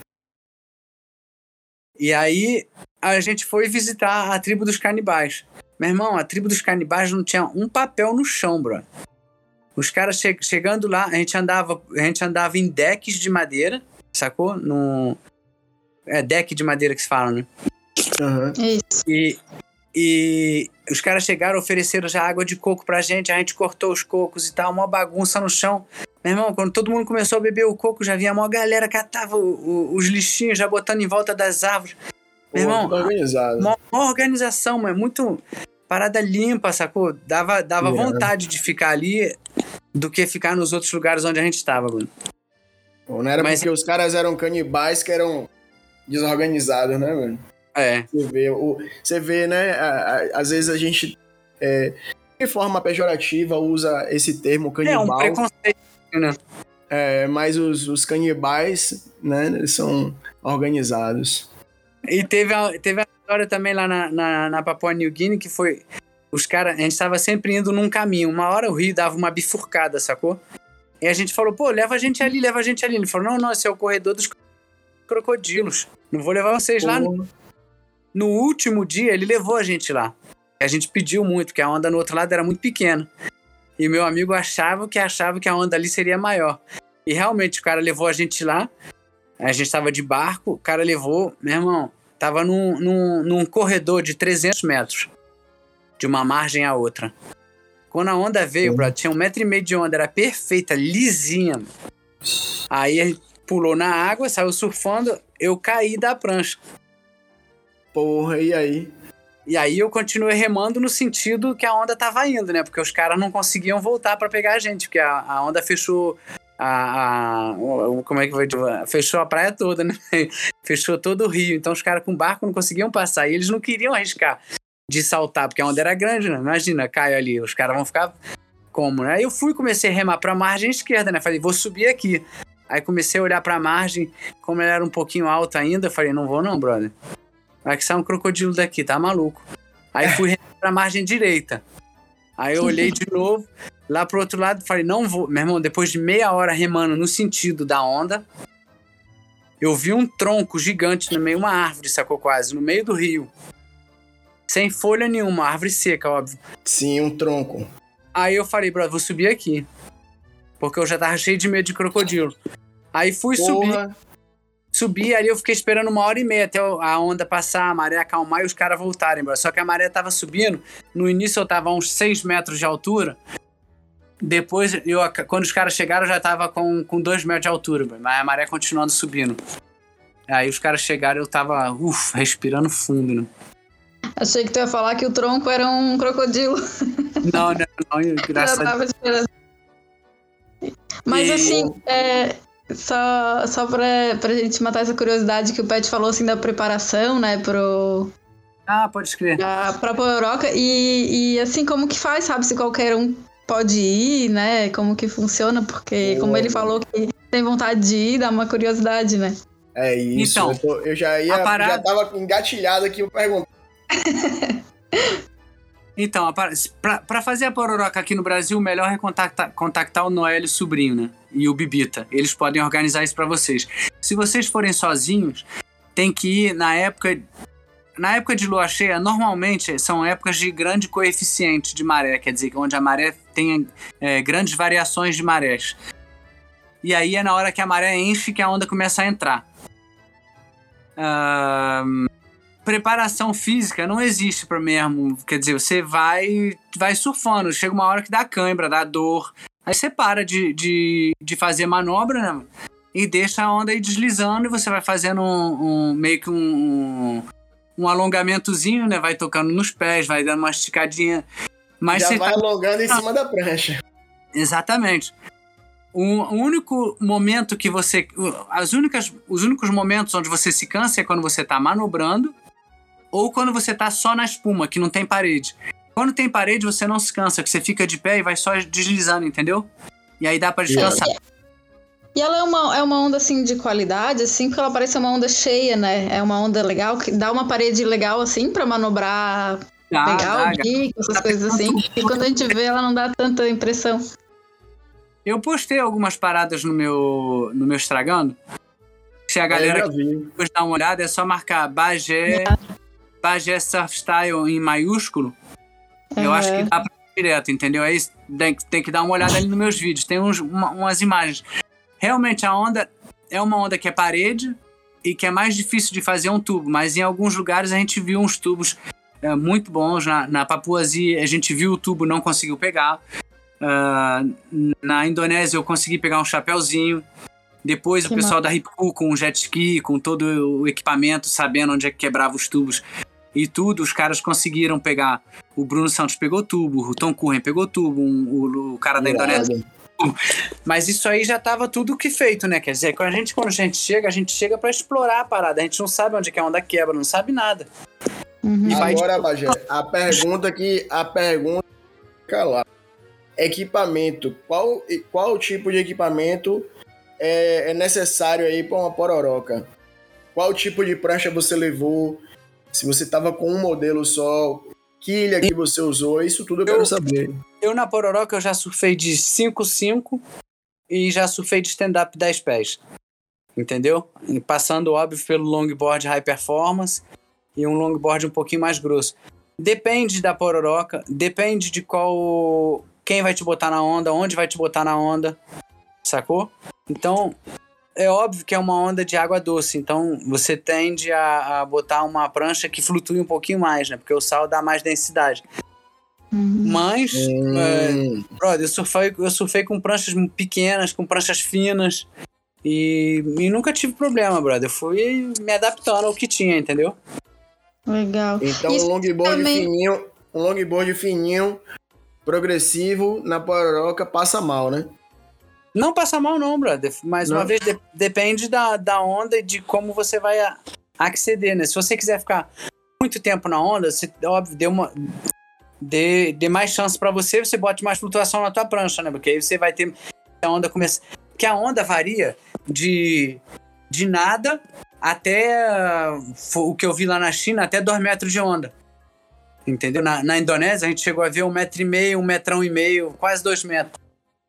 E aí, a gente foi visitar a tribo dos canibais. Meu irmão, a tribo dos canibais não tinha um papel no chão, bro. Os caras che- chegando lá, a gente andava, a gente andava em decks de madeira, sacou? No... É deck de madeira que se fala, né? Uhum. Isso. E, e os caras chegaram, ofereceram já água de coco pra gente, a gente cortou os cocos e tal, uma bagunça no chão. Meu irmão, quando todo mundo começou a beber o coco, já vinha uma galera catava o, o, os lixinhos já botando em volta das árvores. Meu Pô, irmão, tudo organizado. uma, uma organização, mas muito parada limpa, sacou? Dava, dava É. vontade de ficar ali do que ficar nos outros lugares onde a gente estava, mano. Pô, não era Mas- porque os caras eram canibais que eram desorganizados, né, mano? É. Você vê, o, você vê né? a- a- às vezes a gente, é, de forma pejorativa, usa esse termo É um canibal. preconceito, né? É, mas os, os canibais, né, eles são organizados. E teve a, teve a história também lá na, na, na Papua New Guinea que foi... Os caras, a gente estava sempre indo num caminho. Uma hora o rio dava uma bifurcada, sacou? E a gente falou, pô, leva a gente ali, leva a gente ali. Ele falou, não, não, esse é o corredor dos crocodilos. Não vou levar vocês lá. Pô, No último dia, ele levou a gente lá. A gente pediu muito, porque a onda no outro lado era muito pequena. E meu amigo achava que achava que a onda ali seria maior. E realmente o cara levou a gente lá. A gente estava de barco, o cara levou, meu irmão, tava num, num, num corredor de trezentos metros. De uma margem à outra. Quando a onda veio, Sim. bro, tinha um metro e meio de onda, era perfeita, lisinha. Aí a gente pulou na água, saiu surfando, eu caí da prancha. Porra, e aí? E aí eu continuei remando no sentido que a onda tava indo, né? Porque os caras não conseguiam voltar pra pegar a gente, porque a, a onda fechou a, a, o- como é que vai dizer? Fechou a praia toda, né? Fechou todo o rio. Então os caras com barco não conseguiam passar. E eles não queriam arriscar de saltar, porque a onda era grande, né? Imagina, cai ali, os caras vão ficar como, né? Aí eu fui, comecei a remar pra margem esquerda, né? Falei, vou subir aqui. Aí comecei a olhar pra margem, como ela era um pouquinho alta ainda, eu falei, não vou não, brother. Vai que sai um crocodilo daqui, tá maluco. Aí fui remar pra margem direita. Aí eu olhei de novo, lá pro outro lado, falei, não vou. Meu irmão, depois de meia hora remando no sentido da onda, eu vi um tronco gigante no meio, uma árvore, sacou quase, no meio do rio. Sem folha nenhuma, árvore seca, óbvio. Sim, um tronco. Aí eu falei, brother, vou subir aqui. Porque eu já tava cheio de medo de crocodilo. Aí fui subir. Porra. subi, ali eu fiquei esperando uma hora e meia até a onda passar, a maré acalmar e os caras voltarem, bro. Só que a maré tava subindo, no início eu tava a uns seis metros de altura, depois, eu, quando os caras chegaram, eu já tava com, com dois metros de altura, bro. Mas a maré continuando subindo. Aí os caras chegaram, eu tava, ufa, respirando fundo, né? Achei que tu ia falar que o tronco era um crocodilo. Não, não, não, graças Já tava esperando. Mas E- assim, é, só, só pra, pra gente matar essa curiosidade que o Pet falou assim da preparação, né, pro, Ah, pode escrever. pra, pra Pororoca. E, e assim, como que faz, sabe? Se qualquer um pode ir, né? Como que funciona? Porque Boa, como ele boa. falou que tem vontade de ir, dá uma curiosidade, né? É isso. Então, eu, tô- eu já ia, a parada- já tava engatilhado aqui, eu pergunto. Então, pra, pra fazer a Pororoca aqui no Brasil, o melhor é contactar, contactar o Noélio Sobrinho, né? E o Bibita. Eles podem organizar isso pra vocês. Se vocês forem sozinhos, tem que ir na época... Na época de lua cheia, normalmente são épocas de grande coeficiente de maré, quer dizer, onde a maré tem é, grandes variações de marés. E aí é na hora que a maré enche que a onda começa a entrar. Ahn... Preparação física não existe para mesmo, quer dizer, você vai vai surfando, chega uma hora que dá cãibra, dá dor, aí você para de, de, de fazer manobra, né, e deixa a onda aí deslizando e você vai fazendo um, um meio que um, um, um alongamentozinho, né, vai tocando nos pés, vai dando uma esticadinha, mas Já você vai tá... alongando em cima da prancha. Exatamente. O único momento que você... As únicas, os únicos momentos onde você se cansa é quando você tá manobrando ou quando você tá só na espuma, que não tem parede. Quando tem parede, você não se cansa, que você fica de pé e vai só deslizando, entendeu? E aí dá pra descansar. E ela é uma, é uma onda, assim, de qualidade, assim, porque ela parece uma onda cheia, né? É uma onda legal, que dá uma parede legal, assim, pra manobrar Dá, legal, dá, bico, essas dá. coisas assim. E quando a gente vê, ela não dá tanta impressão. Eu postei algumas paradas no meu, no meu Estragando. Se a Eu galera já vi. depois dar uma olhada, é só marcar Bagé, Bagé Surfstyle em maiúsculo. Eu Uhum. acho que dá pra ir direto, entendeu? Aí tem, tem que dar uma olhada ali nos meus vídeos. Tem uns, uma, umas imagens. Realmente a onda é uma onda que é parede e que é mais difícil de fazer um tubo, mas em alguns lugares a gente viu uns tubos é, muito bons. Na, na Papuasia a gente viu o tubo, não conseguiu pegar. Uh, na Indonésia eu consegui pegar um chapéuzinho. Depois Que o pessoal da Ripku com o jet ski, com todo o equipamento, sabendo onde é que quebrava os tubos e tudo, os caras conseguiram pegar. O Bruno Santos pegou tubo, o Tom Curren pegou tubo, um, o, o cara da Indonésia. Mas isso aí já tava tudo que feito, né? Quer dizer, quando a gente, quando a gente chega, a gente chega pra explorar a parada. A gente não sabe onde é que a onda quebra, não sabe nada. Uhum. E vai de- Agora, Bagé, a pergunta que... A pergunta... Fica lá. Equipamento. Qual, qual tipo de equipamento é, é necessário aí para uma pororoca? Qual tipo de prancha você levou? Se você tava com um modelo só, que ilha que você usou, isso tudo eu quero Eu- saber. Eu na Pororoca eu já surfei de cinco cinco e já surfei de stand-up dez pés. Entendeu? E passando, óbvio, pelo longboard high performance e um longboard um pouquinho mais grosso. Depende da Pororoca, depende de qual... Quem vai te botar na onda, onde vai te botar na onda, sacou? Então, é óbvio que é uma onda de água doce, então você tende a, a botar uma prancha que flutue um pouquinho mais, né? Porque o sal dá mais densidade. Uhum. Mas, é, Hum, brother, eu surfei, eu surfei com pranchas pequenas, com pranchas finas e, e nunca tive problema, brother. Eu fui me adaptando ao que tinha, entendeu? Legal. então Isso um longboard também- fininho, um longboard fininho, progressivo, na pororoca passa mal, né? Não passa mal não, brother. Mais Não? uma vez, de- depende da, da onda e de como você vai a- acceder, né? Se você quiser ficar muito tempo na onda, você, óbvio, dê uma... Dê, dê mais chance pra você, você bote mais flutuação na tua prancha, né? Porque aí você vai ter... A onda começa... Porque a onda varia de, de nada até... O que eu vi lá na China, até dois metros de onda. Entendeu? Na, na Indonésia, a gente chegou a ver um metro e meio, um metrão e meio, quase dois metros.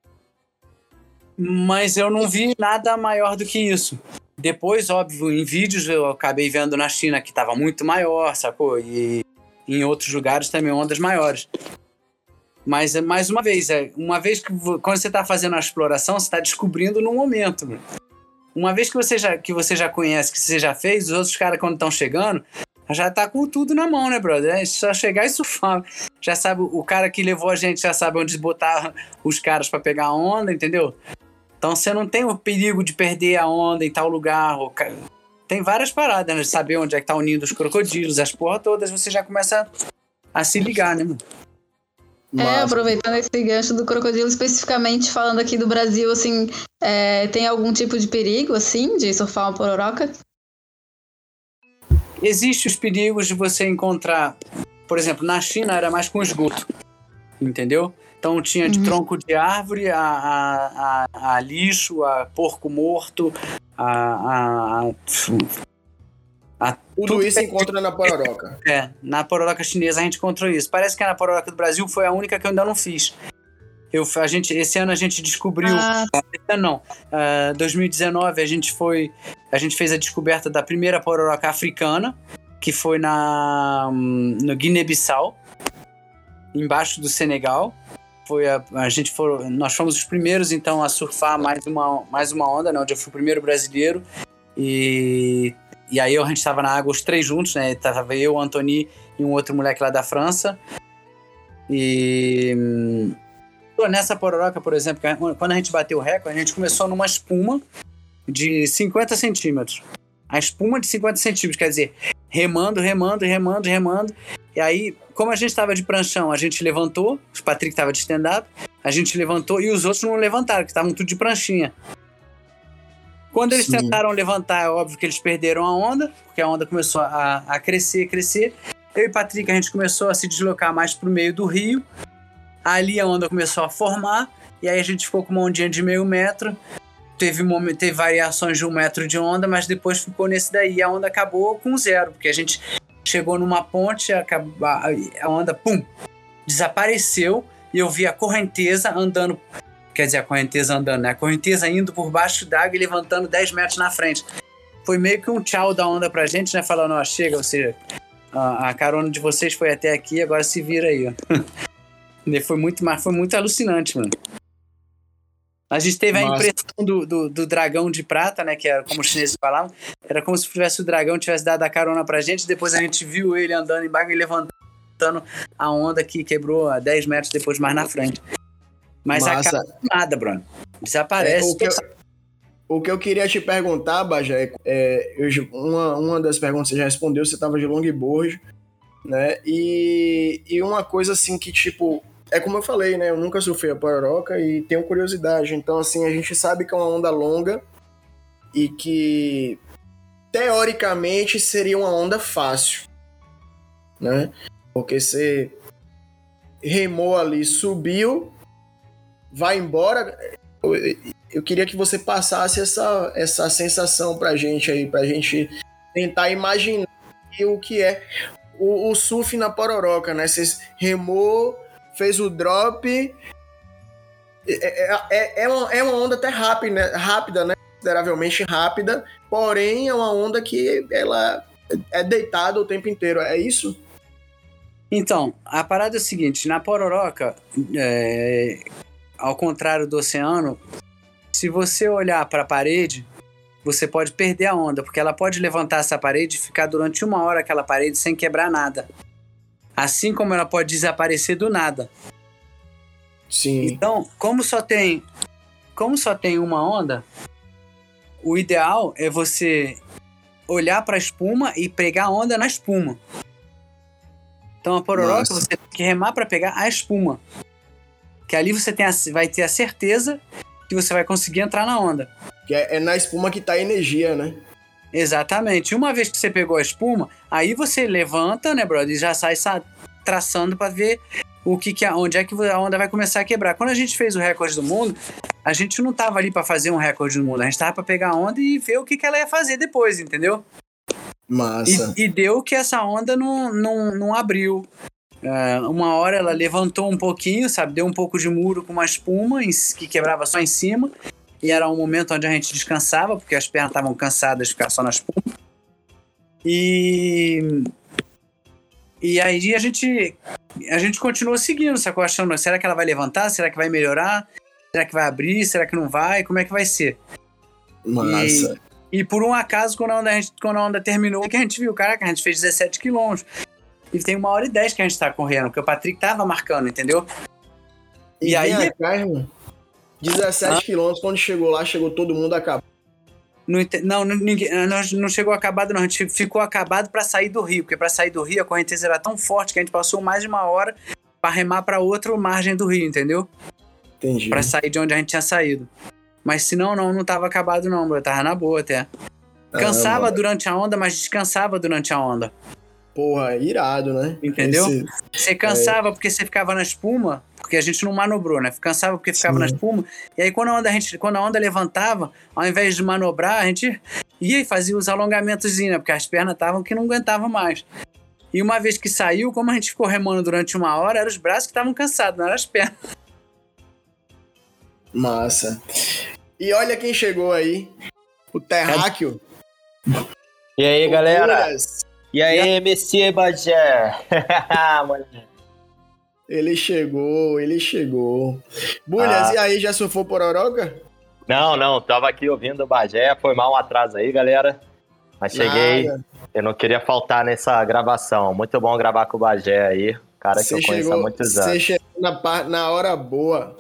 Mas eu não vi nada maior do que isso. Depois, óbvio, em vídeos eu acabei vendo na China que estava muito maior, sacou? E em outros lugares também ondas maiores. Mas, mais uma vez, é, uma vez que vo- quando você está fazendo a exploração, você está descobrindo no momento. Né? uma vez que você já, que você já conhece, que você já fez, os outros caras quando estão chegando, já tá com tudo na mão, né, brother? É só chegar e surfar. Já sabe, o cara que levou a gente já sabe onde botar os caras pra pegar a onda, entendeu? Então você não tem o perigo de perder a onda em tal lugar. Tem várias paradas, né? De saber onde é que tá o ninho dos crocodilos, as porra todas, você já começa a, a se ligar, né, mano? É, aproveitando esse gancho do crocodilo, especificamente falando aqui do Brasil, assim, é, tem algum tipo de perigo, assim, de surfar uma pororoca? Existem os perigos de você encontrar, por exemplo, na China era mais com esgoto, entendeu? Então tinha de uhum. tronco de árvore a, a, a, a lixo, a porco morto, a... a, a tudo isso encontra na pororoca. É, na pororoca chinesa a gente encontrou isso. Parece que na pororoca do Brasil foi a única que eu ainda não fiz. Eu, a gente, esse ano a gente descobriu... Ah. Esse ano não. Uh, dois mil e dezenove a gente foi... A gente fez a descoberta da primeira pororoca africana, que foi na, no Guiné-Bissau, embaixo do Senegal. Foi a, a gente foi, nós fomos os primeiros, então, a surfar mais uma, mais uma onda, né, onde eu fui o primeiro brasileiro. E... E aí a gente estava na água os três juntos, né? Tava eu, o Anthony e um outro moleque lá da França. E nessa pororoca, por exemplo, quando a gente bateu o recorde, a gente começou numa espuma de cinquenta centímetros. A espuma de cinquenta centímetros, quer dizer, remando, remando, remando, remando. E aí, como a gente estava de pranchão, a gente levantou, o Patrick estava de stand-up, a gente levantou e os outros não levantaram, que estavam tudo de pranchinha. Quando eles Sim. tentaram levantar, é óbvio que eles perderam a onda, porque a onda começou a, a crescer, crescer. Eu e Patrick, a gente começou a se deslocar mais pro meio do rio. Ali a onda começou a formar, e aí a gente ficou com uma ondinha de meio metro. Teve, momento, teve variações de um metro de onda, mas depois ficou nesse daí. A onda acabou com zero, porque a gente chegou numa ponte, a, a onda, pum, desapareceu, e eu vi a correnteza andando... Quer dizer, a correnteza andando, né? A correnteza indo por baixo d'água e levantando dez metros na frente. Foi meio que um tchau da onda pra gente, né? Falando, ó, chega, ou seja, a, a carona de vocês foi até aqui, agora se vira aí, ó. Foi muito, mas foi muito alucinante, mano. A gente teve Nossa. a impressão do, do, do dragão de prata, né? Que era como os chineses falavam. Era como se tivesse o dragão tivesse dado a carona pra gente. Depois a gente viu ele andando embaixo e levantando a onda que quebrou a dez metros depois mais na frente. Mas Massa. acaba nada, Bruno. Desaparece. É, o, que eu, o que eu queria te perguntar, Bajé, é, eu, uma, uma das perguntas que você já respondeu, você estava de longboard, né? E, e uma coisa assim que, tipo, é como eu falei, né? Eu nunca surfei a pororoca e tenho curiosidade. Então, assim, a gente sabe que é uma onda longa e que, teoricamente, seria uma onda fácil, né? Porque você remou ali, subiu, vai embora. Eu, eu queria que você passasse essa, essa sensação pra gente aí, pra gente tentar imaginar o que é o, o surf na pororoca, né? Você remou, fez o drop, é, é, é, uma, é uma onda até rápida, né? rápida, né? Consideravelmente rápida, porém é uma onda que ela é deitada o tempo inteiro, é isso? Então, a parada é o seguinte, na pororoca, é, ao contrário do oceano, se você olhar para a parede, você pode perder a onda, porque ela pode levantar essa parede e ficar durante uma hora aquela parede sem quebrar nada. Assim como ela pode desaparecer do nada. Sim. Então, como só tem, como só tem uma onda, o ideal é você olhar para a espuma e pegar a onda na espuma. Então a pororoca Nossa. Você tem que remar para pegar a espuma. Que ali você tem a, vai ter a certeza que você vai conseguir entrar na onda. Que é, é na espuma que tá a energia, né? Exatamente. Uma vez que você pegou a espuma, aí você levanta, né, brother, e já sai traçando para ver o que que é, onde é que a onda vai começar a quebrar. Quando a gente fez o recorde do mundo, a gente não tava ali para fazer um recorde do mundo, a gente tava para pegar a onda e ver o que que ela ia fazer depois, entendeu? Massa. E, e deu que essa onda não, não, não abriu. Uh, uma hora ela levantou um pouquinho, sabe? Deu um pouco de muro com uma espuma em, que quebrava só em cima. E era um momento onde a gente descansava, porque as pernas estavam cansadas de ficar só na espuma. E... E aí a gente, a gente continuou seguindo, sacou? Achando, será que ela vai levantar? Será que vai melhorar? Será que vai abrir? Será que não vai? Como é que vai ser? Massa. E, e por um acaso, quando a, onda, a gente, quando a onda terminou, que a gente viu, caraca, a gente fez dezessete quilômetros. E tem uma hora e dez que a gente tá correndo, porque o Patrick tava marcando, entendeu? E, e aí... Cá, irmão, dezessete quilômetros, quando chegou lá, chegou todo mundo acabado. Não, não, ninguém, nós não chegou acabado, não. A gente ficou acabado pra sair do rio, porque pra sair do rio a correnteza era tão forte que a gente passou mais de uma hora pra remar pra outra margem do rio, entendeu? Entendi. Pra sair de onde a gente tinha saído. Mas se não, não, não tava acabado não, bro. Tava na boa até. Cansava ah, durante a onda, mas descansava durante a onda. Porra, irado, né? Entendeu? Esse... Você cansava é... porque você ficava na espuma, porque a gente não manobrou, né? Cansava porque ficava Sim. na espuma. E aí quando a, onda, a gente, quando a onda levantava, ao invés de manobrar, a gente ia e fazia os alongamentos, né? Porque as pernas estavam que não aguentavam mais. E uma vez que saiu, como a gente ficou remando durante uma hora, eram os braços que estavam cansados, não eram as pernas. Massa. E olha quem chegou aí. O Terráqueo. E aí, galera? E aí, Messias Bagé? Ele chegou, ele chegou. Bulhas, ah. E aí, já surfou Pororoca? Não, não, tava aqui ouvindo o Bagé, foi mal um atraso aí, galera. Mas cheguei, Nada. Eu não queria faltar nessa gravação. Muito bom gravar com o Bagé aí, cara cê que eu chegou, conheço há muitos anos. Você chegou na, na hora boa.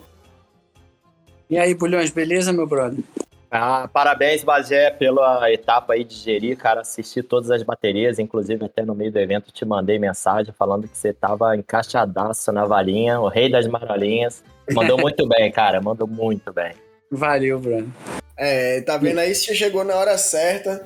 E aí, Bulhões, beleza, meu brother? Ah, parabéns, Bagé, pela etapa aí de Jeri, cara, assisti todas as baterias, inclusive até no meio do evento te mandei mensagem falando que você tava encaixadaço na valinha, o rei das marolinhas, mandou muito bem, cara, mandou muito bem. Valeu, Bruno. É, tá vendo aí, você chegou na hora certa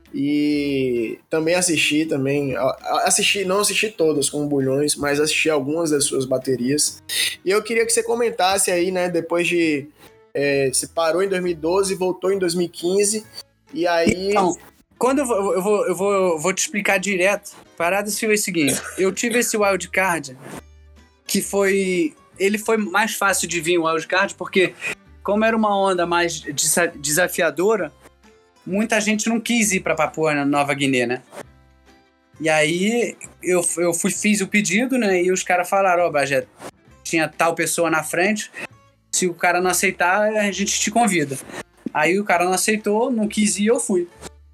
e também assisti, também, assisti, não assisti todas como Bulhões, mas assisti algumas das suas baterias, e eu queria que você comentasse aí, né, depois de... É, você parou em dois mil e doze, voltou em dois mil e quinze, e aí... Então, quando eu vou, eu vou, eu vou, eu vou te explicar direto, a parada foi o seguinte, eu tive esse wildcard, que foi... Ele foi mais fácil de vir o wildcard, porque como era uma onda mais desafiadora, muita gente não quis ir para Papua Nova Guiné, né? E aí eu, eu fui, fiz o pedido, né? E os caras falaram, ó, oh, Bagé, tinha tal pessoa na frente... Se o cara não aceitar, a gente te convida. Aí o cara não aceitou, não quis ir, eu fui.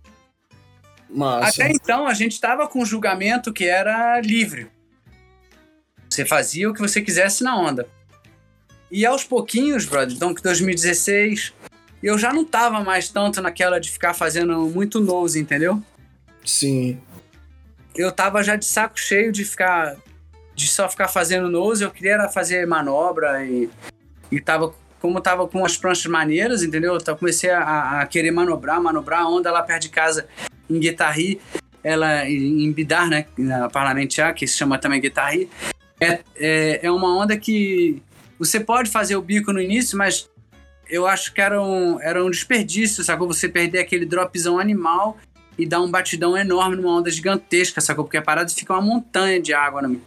Massa. Até então, a gente tava com um julgamento que era livre. Você fazia o que você quisesse na onda. E aos pouquinhos, brother, então que dois mil e dezesseis, eu já não tava mais tanto naquela de ficar fazendo muito nose, entendeu? Sim. Eu tava já de saco cheio de ficar... De só ficar fazendo nose, eu queria fazer manobra e... E tava, como tava com as pranchas maneiras, entendeu? Eu comecei a, a querer manobrar, manobrar a onda lá perto de casa em Guitarri, ela em Bidar, né? Na Parlamentar, que se chama também Guitarri. É, é, é uma onda que você pode fazer o bico no início, mas eu acho que era um, era um desperdício, sacou? Você perder aquele dropzão animal e dar um batidão enorme numa onda gigantesca, sacou? Porque a parada fica uma montanha de água no meio.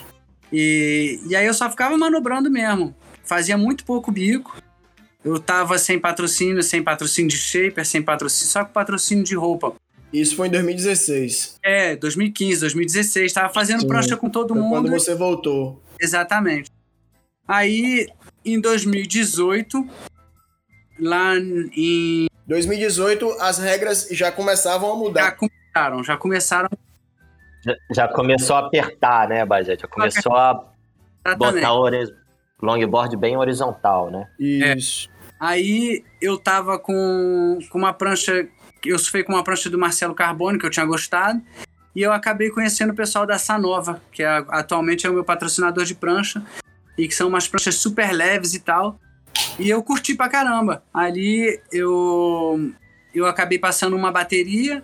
E, e aí eu só ficava manobrando mesmo. Fazia muito pouco bico. Eu tava sem patrocínio, sem patrocínio de shaper, sem patrocínio, só com patrocínio de roupa. Isso foi em dois mil e dezesseis. É, dois mil e quinze, dois mil e dezesseis. Tava fazendo Sim. prancha com todo foi mundo. Quando você voltou. Exatamente. Aí, em dois mil e dezoito, lá em... dois mil e dezoito, as regras já começavam a mudar. Já começaram, já começaram. Já, já começou a apertar, né, Bagé? Já começou a Exatamente. botar o longboard bem horizontal, né? Isso. É. Aí eu tava com, com uma prancha, eu surfei com uma prancha do Marcelo Carbone, que eu tinha gostado, e eu acabei conhecendo o pessoal da Sanova, que é, atualmente é o meu patrocinador de prancha, e que são umas pranchas super leves e tal, e eu curti pra caramba. Ali eu, eu acabei passando uma bateria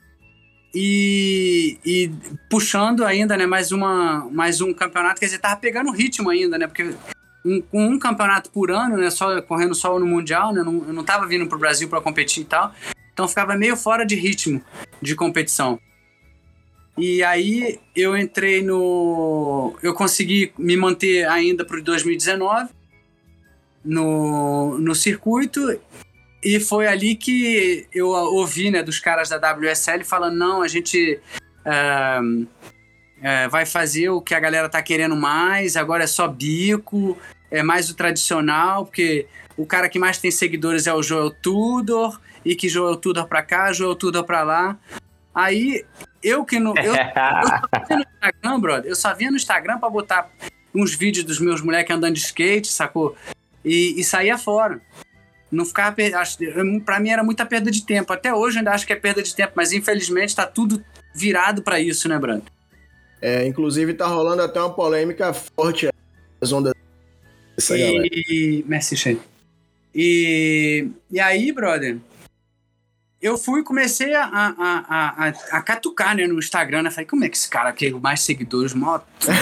e, e puxando ainda, né, mais, uma, mais um campeonato, quer dizer, tava pegando ritmo ainda, né, porque... Um, com um campeonato por ano, né, só, correndo só no Mundial, né, não, eu não tava vindo pro Brasil para competir e tal, então ficava meio fora de ritmo de competição. E aí eu entrei no... Eu consegui me manter ainda pro dois mil e dezenove no, no circuito, e foi ali que eu ouvi, né, dos caras da W S L falando, não, a gente... Uh, É, vai fazer o que a galera tá querendo mais, agora é só bico, é mais o tradicional, porque o cara que mais tem seguidores é o Joel Tudor, e que Joel Tudor pra cá, Joel Tudor pra lá. Aí, eu que não... Eu, eu só via no Instagram, brother, eu só via no Instagram pra botar uns vídeos dos meus moleques andando de skate, sacou? E, e saía fora. Não ficava... Acho, pra mim era muita perda de tempo. Até hoje eu ainda acho que é perda de tempo, mas infelizmente tá tudo virado pra isso, né, Brando? É, inclusive tá rolando até uma polêmica forte as ondas dessa galera. E... Merci, chefe. E... E aí, brother, eu fui e comecei a, a, a, a, a catucar, né, no Instagram, né? Falei, como é que esse cara aqui, mais seguidores, mó...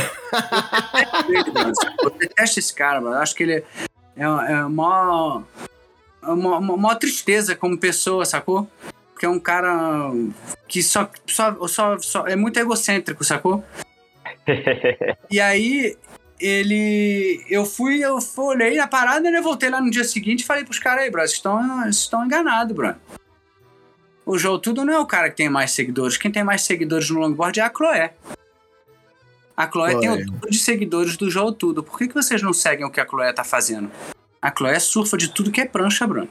Eu detesto esse cara, mano. Acho que ele é, é mó... Uma, uma, uma tristeza como pessoa, sacou? Porque é um cara que só, só, só, só é muito egocêntrico, sacou? E aí, ele... Eu fui, eu olhei a parada, né? Voltei lá no dia seguinte e falei pros caras aí, bro, vocês estão, vocês estão enganados, bro. O Joel Tudor não é o cara que tem mais seguidores. Quem tem mais seguidores no longboard é a Chloé. A Chloé Chloé. tem o dobro de seguidores do Joel Tudor. Por que, que vocês não seguem o que a Chloé tá fazendo? A Chloé surfa de tudo que é prancha, Bruno.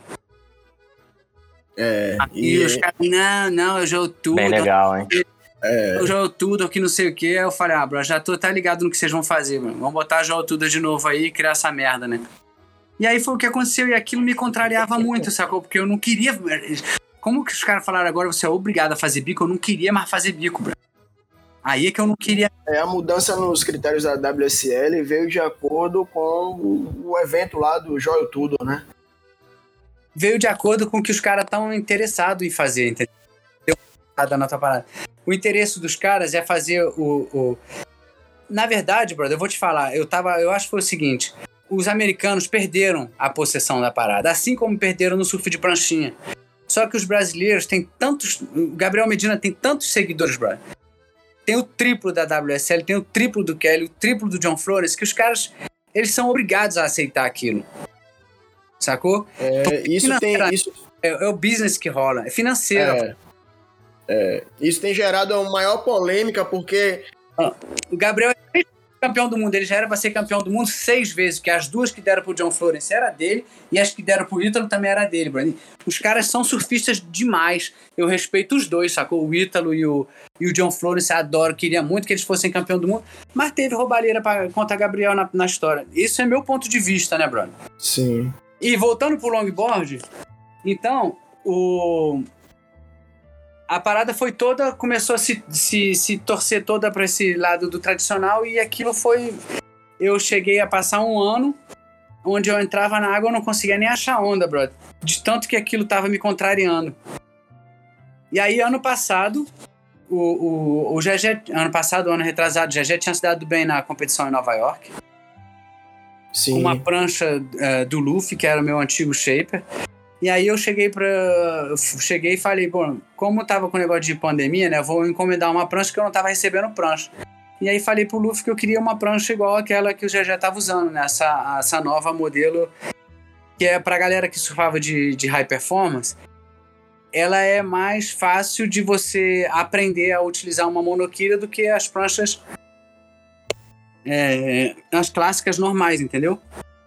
É. E, e os caras, não, não, eu Joel Tudor. Bem legal, hein? É. O Joel Tudor, que não sei o que. Eu falei, ah, bro, já tô tá ligado no que vocês vão fazer, mano. Vamos botar o Joel Tudor de novo aí e criar essa merda, né? E aí foi o que aconteceu e aquilo me contrariava muito, sacou? Porque eu não queria... Como que os caras falaram agora, você é obrigado a fazer bico? Eu não queria mais fazer bico, bro. Aí é que eu não queria... É, a mudança nos critérios da W S L veio de acordo com o evento lá do Joel Tudor, né? Veio de acordo com o que os caras estão interessados em fazer, entendeu? Na tua parada. O interesse dos caras é fazer o, o... Na verdade, brother, eu vou te falar, eu, tava, eu acho que foi o seguinte, os americanos perderam a possessão da parada, assim como perderam no surf de pranchinha. Só que os brasileiros têm tantos... O Gabriel Medina tem tantos seguidores, brother. Tem o triplo da W S L, tem o triplo do Kelly, o triplo do John Flores, que os caras, eles são obrigados a aceitar aquilo. Sacou? É, então, isso tem... Isso... É, é o business que rola, é financeiro. É, é, isso tem gerado uma maior polêmica, porque... Ah, o Gabriel é campeão do mundo, ele já era pra ser campeão do mundo seis vezes, porque as duas que deram pro John Flores era dele, e as que deram pro Ítalo também era dele, Bruno. Os caras são surfistas demais, eu respeito os dois, sacou? O Ítalo e o, e o John Flores, eu adoro, queria muito que eles fossem campeão do mundo, mas teve roubalheira pra, contra Gabriel na, na história. Isso é meu ponto de vista, né, Bruno? Sim. E voltando pro longboard, então, o... a parada foi toda, começou a se, se, se torcer toda para esse lado do tradicional e aquilo foi... Eu cheguei a passar um ano onde eu entrava na água e não conseguia nem achar onda, brother. De tanto que aquilo tava me contrariando. E aí, ano passado, o, o, o G G... Ano passado, ano retrasado, o G G tinha se dado bem na competição em Nova York. Sim. Uma prancha uh, do Luffy, que era o meu antigo shaper. E aí eu cheguei pra... Cheguei e falei, bom, como tava com o negócio de pandemia, né? Eu vou encomendar uma prancha que eu não tava recebendo prancha. E aí falei pro Luffy que eu queria uma prancha igual aquela que o G G tava usando, né? Essa, essa nova modelo, que é pra galera que surfava de, de high performance. Ela é mais fácil de você aprender a utilizar uma monoquilha do que as pranchas... É, as clássicas normais, entendeu?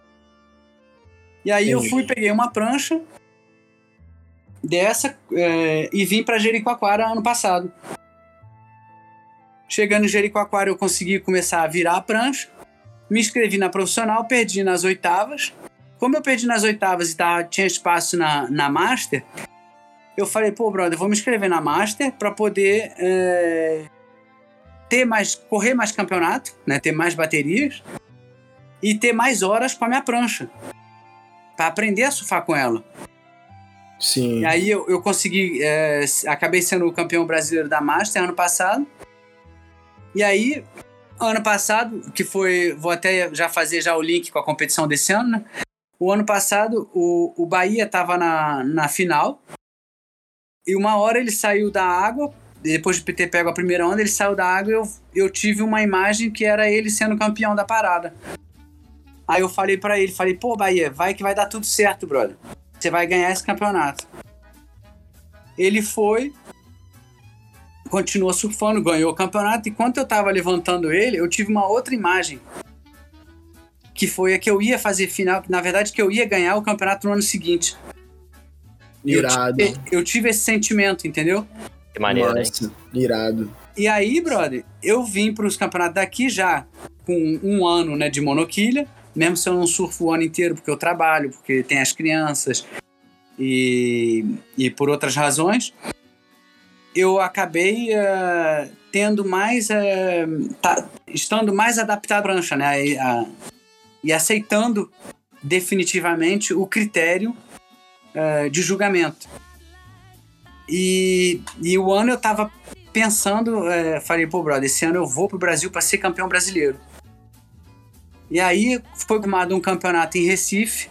E aí Entendi. Eu fui, peguei uma prancha dessa é, e vim pra Jericoacoara ano passado. Chegando em Jericoacoara eu consegui começar a virar a prancha, me inscrevi na profissional, perdi nas oitavas. Como eu perdi nas oitavas e tava, tinha espaço na, na Master, eu falei, pô, brother, eu vou me inscrever na Master pra poder é, ter mais, correr mais campeonato, né, ter mais baterias e ter mais horas com a minha prancha, pra aprender a surfar com ela. Sim. E aí eu, eu consegui, é, acabei sendo o campeão brasileiro da Master ano passado. E aí, ano passado, que foi, vou até já fazer já o link com a competição desse ano, né? O ano passado, o, o Bahia tava na, na final. E uma hora ele saiu da água, depois de ter pego a primeira onda, ele saiu da água e eu, eu tive uma imagem que era ele sendo campeão da parada. Aí eu falei pra ele, falei, pô, Bahia, vai que vai dar tudo certo, brother. Você vai ganhar esse campeonato. Ele foi, continuou surfando, ganhou o campeonato. E enquanto eu tava levantando ele, eu tive uma outra imagem. Que foi a que eu ia fazer final, na verdade que eu ia ganhar o campeonato no ano seguinte. Irado. Eu tive, eu tive esse sentimento, entendeu? Que maneiro, Nossa, hein? irado. E aí, brother, eu vim para os campeonatos daqui já com um ano, né, de monoquilha, mesmo se eu não surfo o ano inteiro, porque eu trabalho, porque tem as crianças e, e por outras razões, eu acabei uh, tendo mais, uh, tá, estando mais adaptado à prancha, né, e, a, e aceitando definitivamente o critério uh, de julgamento. E, e o ano eu tava pensando, é, falei, pô, brother, esse ano eu vou pro Brasil para ser campeão brasileiro. E aí foi formado um campeonato em Recife,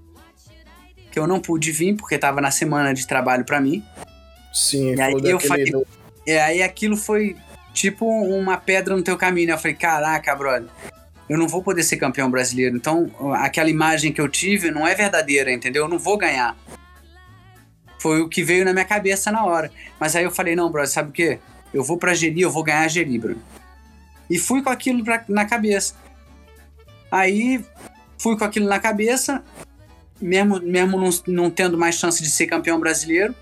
que eu não pude vir, porque tava na semana de trabalho para mim. Sim, e aí foi eu daquele... falei, do... é, aí aquilo foi tipo uma pedra no teu caminho. Eu falei, caraca, brother, eu não vou poder ser campeão brasileiro. Então, aquela imagem que eu tive não é verdadeira, entendeu? Eu não vou ganhar. Foi o que veio na minha cabeça na hora. Mas aí eu falei, não, brother, sabe o quê? Eu vou pra Jeri, eu vou ganhar a Jeri, bro. E fui com aquilo pra, na cabeça. Aí, fui com aquilo na cabeça, mesmo, mesmo não, não tendo mais chance de ser campeão brasileiro,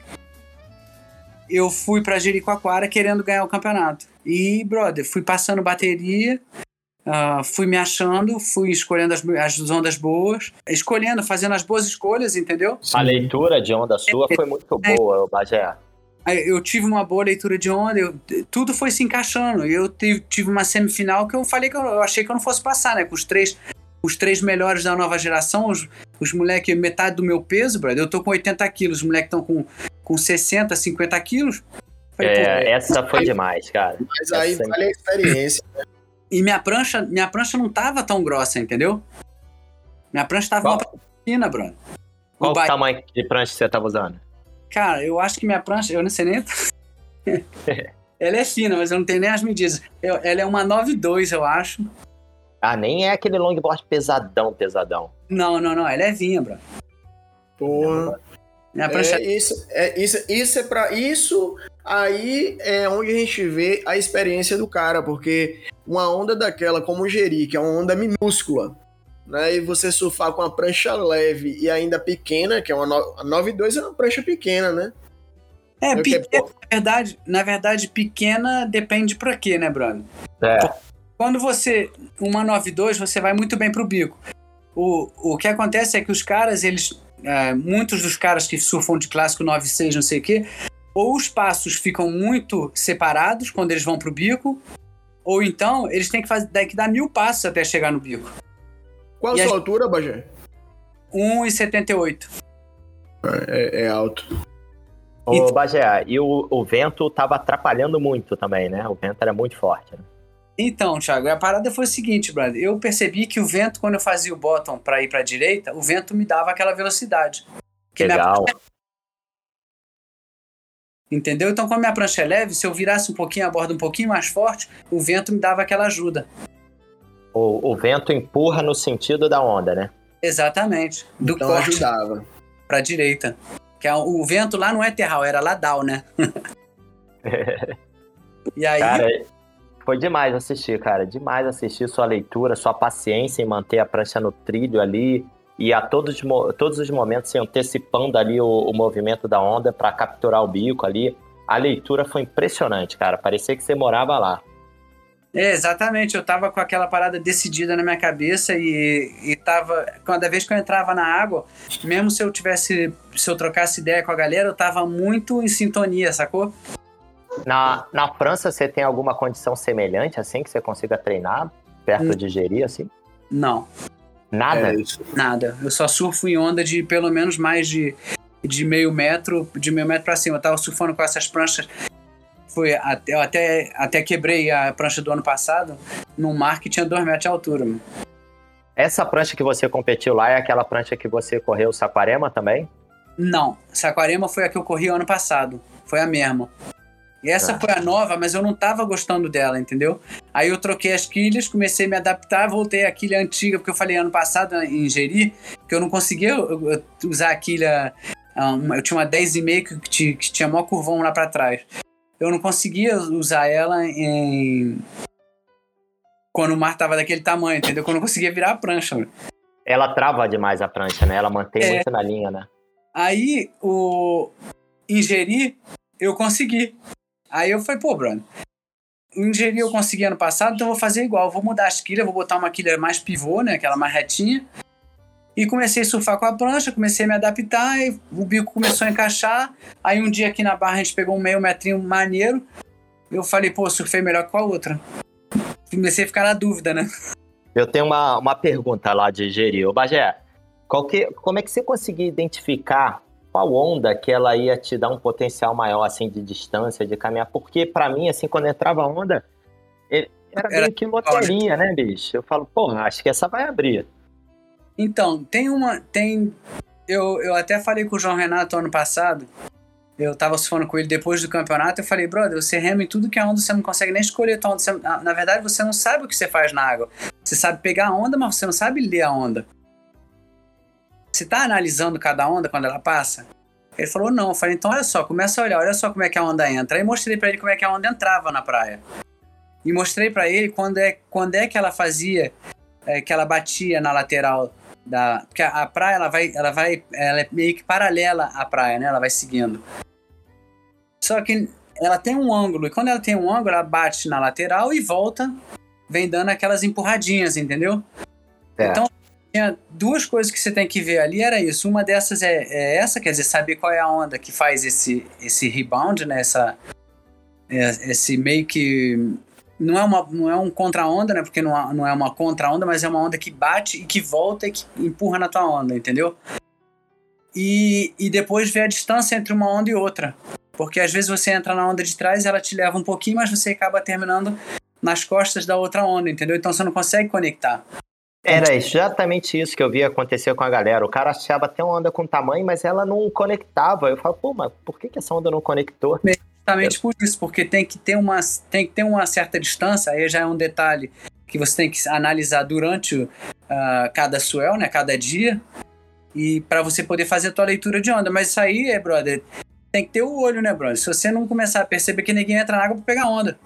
eu fui pra Jericoacoara querendo ganhar o campeonato. E, brother, fui passando bateria, uh, fui me achando, fui escolhendo as, as ondas boas, escolhendo, fazendo as boas escolhas, entendeu? A leitura de onda sua foi muito boa, Bagé. Eu tive uma boa leitura de onda, eu, tudo foi se encaixando. Eu tive, tive uma semifinal que eu falei que eu, eu achei que eu não fosse passar, né? Com os três, os três melhores da nova geração, os, os moleques, metade do meu peso, brother. Eu tô com oitenta quilos, os moleques estão com, com sessenta, cinquenta quilos. Falei, é, essa foi demais, cara. Mas aí essa... vale a experiência. Né? E minha prancha, minha prancha não tava tão grossa, entendeu? Minha prancha tava Qual? uma prancha fina, brother. Qual o ba... tamanho de prancha você tava usando? Cara, eu acho que minha prancha, eu não sei nem... Ela é fina, mas eu não tenho nem as medidas. Eu, ela é uma nove dois, eu acho. Ah, nem é aquele longboard pesadão, pesadão. Não, não, não. Ela é vinha, bro. Porra. Minha prancha... É, isso, é, isso, isso é pra... Isso aí é onde a gente vê a experiência do cara, porque uma onda daquela, como o Jeri, que é uma onda minúscula, né? E você surfar com uma prancha leve e ainda pequena, que é uma nove dois, é uma prancha pequena, né? É, Eu pequena, que... na, verdade, na verdade, pequena depende pra quê, né, brother? É. Quando você, uma nove dois, você vai muito bem pro bico. O, o que acontece é que os caras, eles, é, muitos dos caras que surfam de clássico nove seis, não sei o quê, ou os passos ficam muito separados quando eles vão pro bico, ou então eles têm que, fazer, têm que dar mil passos até chegar no bico. Qual a e sua a... altura, Bagé? um e setenta e oito. É, é alto. Ô, Então... Bagé, e o, o vento tava atrapalhando muito também, né? O vento era muito forte, né? Então, Thiago, a parada foi o seguinte, brother. Eu percebi que o vento, quando eu fazia o bottom pra ir pra direita, o vento me dava aquela velocidade. Que legal. Minha... Entendeu? Então, como minha prancha é leve, se eu virasse um pouquinho a borda um pouquinho mais forte, o vento me dava aquela ajuda. O, o vento empurra no sentido da onda, né? Exatamente. Do então corte ajudava. Pra direita. Que é, o vento lá não é terral, era ladal, né? E aí... Cara, foi demais assistir, cara. Demais assistir sua leitura, sua paciência em manter a prancha no trilho ali e a todos, todos os momentos se antecipando ali o, o movimento da onda para capturar o bico ali. A leitura foi impressionante, cara. Parecia que você morava lá. É, exatamente, eu tava com aquela parada decidida na minha cabeça e, e tava, cada vez que eu entrava na água, mesmo se eu tivesse, se eu trocasse ideia com a galera, eu tava muito em sintonia, sacou? Na, na França, você tem alguma condição semelhante, assim, que você consiga treinar perto hum. de Jeri, assim? Não. Nada? É isso. Nada, eu só surfo em onda de pelo menos mais de, de meio metro, de meio metro pra cima, eu tava surfando com essas pranchas. Foi até, eu até, até quebrei a prancha do ano passado num mar que tinha dois metros de altura. Mano. Essa prancha que você competiu lá é aquela prancha que você correu Saquarema também? Não, Saquarema foi a que eu corri o ano passado. Foi a mesma. E essa ah. foi a nova, mas eu não tava gostando dela, entendeu? Aí eu troquei as quilhas, comecei a me adaptar, voltei à quilha antiga, porque eu falei ano passado em Jeri que eu não conseguia usar a quilha... Eu tinha uma dez e meio que tinha maior curvão lá pra trás. Eu não conseguia usar ela em... quando o mar tava daquele tamanho, entendeu? Quando eu não conseguia virar a prancha. Mano. Ela trava demais a prancha, né? Ela mantém é... muito na linha, né? Aí, o ingerir, eu consegui. Aí eu falei, pô, Bruno, ingerir eu consegui ano passado, então eu vou fazer igual. Eu vou mudar as quilhas, vou botar uma quilha mais pivô, né? Aquela mais retinha. E comecei a surfar com a prancha, comecei a me adaptar, e o bico começou a encaixar. Aí um dia aqui na barra a gente pegou um meio metrinho maneiro. Eu falei, pô, surfei melhor que com a outra. Comecei a ficar na dúvida, né? Eu tenho uma, uma pergunta lá de Jeri. Ô, Bagé, qual que, como é que você conseguia identificar qual onda que ela ia te dar um potencial maior, assim, de distância, de caminhar? Porque, pra mim, assim, quando entrava a onda, era, era meio que loteria, né, bicho? Eu falo, porra, acho que essa vai abrir. Então, tem uma... tem eu, eu até falei com o João Renato ano passado, eu tava surfando com ele depois do campeonato, eu falei, brother, você rema em tudo que é onda, você não consegue nem escolher tua onda. Você, na, na verdade, você não sabe o que você faz na água. Você sabe pegar a onda, mas você não sabe ler a onda. Você tá analisando cada onda quando ela passa? Ele falou, não. Eu falei, então olha só, começa a olhar, olha só como é que a onda entra. Aí mostrei pra ele como é que a onda entrava na praia. E mostrei pra ele quando é, quando é que ela fazia, é, que ela batia na lateral da... Porque a, a praia, ela vai, ela vai, ela é meio que paralela à praia, né? Ela vai seguindo. Só que ela tem um ângulo, e quando ela tem um ângulo, ela bate na lateral e volta, vem dando aquelas empurradinhas, entendeu? É. Então, tinha duas coisas que você tem que ver ali, era isso. Uma dessas é, é essa, quer dizer, saber qual é a onda que faz esse, esse rebound, né? Essa, é, esse meio que... Não é, uma, não é um contra-onda, né? Porque não, não é uma contra-onda, mas é uma onda que bate e que volta e que empurra na tua onda, entendeu? E, e depois ver a distância entre uma onda e outra. Porque às vezes você entra na onda de trás e ela te leva um pouquinho, mas você acaba terminando nas costas da outra onda, entendeu? Então você não consegue conectar. Era exatamente isso que eu vi acontecer com a galera. O cara achava até uma onda com tamanho, mas ela não conectava. Eu falo, pô, mas por que, que essa onda não conectou? Exatamente por isso, porque tem que ter uma, tem que ter uma certa distância, aí já é um detalhe que você tem que analisar durante uh, cada swell, né, cada dia, e para você poder fazer a tua leitura de onda. Mas isso aí, é, brother, tem que ter o olho, né, brother? Se você não começar a perceber que ninguém entra na água pra pegar onda.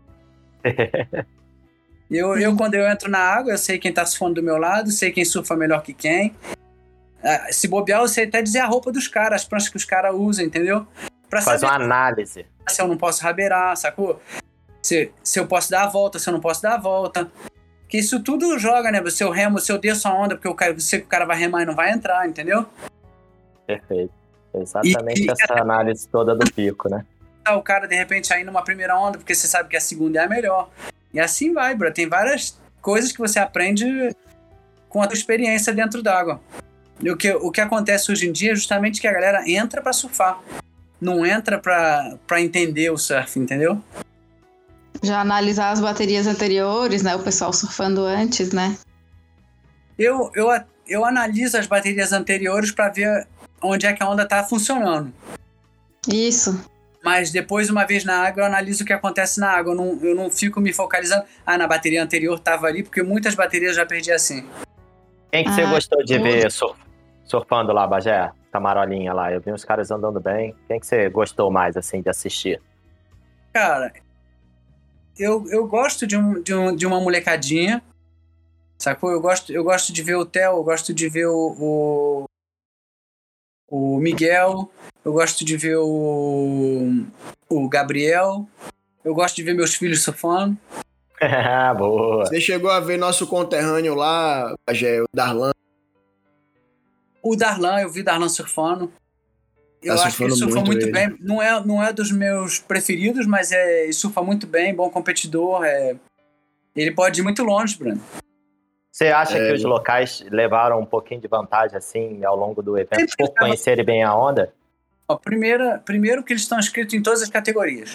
eu, eu, quando eu entro na água, eu sei quem tá surfando do meu lado, sei quem surfa melhor que quem. Uh, se bobear, eu sei até dizer a roupa dos caras, as pranchas que os caras usam, entendeu? Pra Faz saber uma análise. Se eu não posso rabeirar, sacou? Se, se eu posso dar a volta, se eu não posso dar a volta. Que isso tudo joga, né? Se eu remo, se eu desço a onda, porque eu, quero, eu sei que o cara vai remar e não vai entrar, entendeu? Perfeito. Exatamente e, essa e, análise toda do pico, né? O cara, de repente, aí numa primeira onda, porque você sabe que a segunda é a melhor. E assim vai, bro. Tem várias coisas que você aprende com a tua experiência dentro d'água. E o que, o que acontece hoje em dia é justamente que a galera entra pra surfar. Não entra pra, pra entender o surf, entendeu? Já analisar as baterias anteriores, né? O pessoal surfando antes, né? Eu, eu, eu analiso as baterias anteriores pra ver onde é que a onda tá funcionando. Isso. Mas depois, uma vez na água, eu analiso o que acontece na água. Eu não, eu não fico me focalizando. Ah, na bateria anterior tava ali, porque muitas baterias eu já perdi assim. Quem que ah, você gostou de ver surf, surfando lá, Bagé? Camarolinha lá, eu vi uns caras andando bem. Quem que você gostou mais, assim, de assistir? Cara, eu, eu gosto de, um, de, um, de uma molecadinha, sacou? Eu gosto, eu gosto de ver o Theo, eu gosto de ver o, o, o Miguel, eu gosto de ver o, o Gabriel, eu gosto de ver meus filhos surfando. Boa! Você chegou a ver nosso conterrâneo lá, o Darlan? O Darlan, eu vi o Darlan surfando. Eu tá acho que ele surfa muito, muito bem. Não é, não é dos meus preferidos, mas é, ele surfa muito bem, bom competidor. É... Ele pode ir muito longe, Bruno. Você acha é... que os locais levaram um pouquinho de vantagem, assim, ao longo do evento, por conhecerem bem a onda? Ó, primeiro, primeiro que eles estão inscritos em todas as categorias.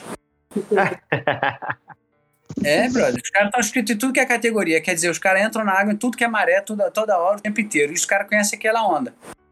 É, brother, os caras estão inscritos em tudo que é categoria. Quer dizer, os caras entram na água em tudo que é maré, toda, toda hora, o tempo inteiro. E os caras conhecem aquela onda.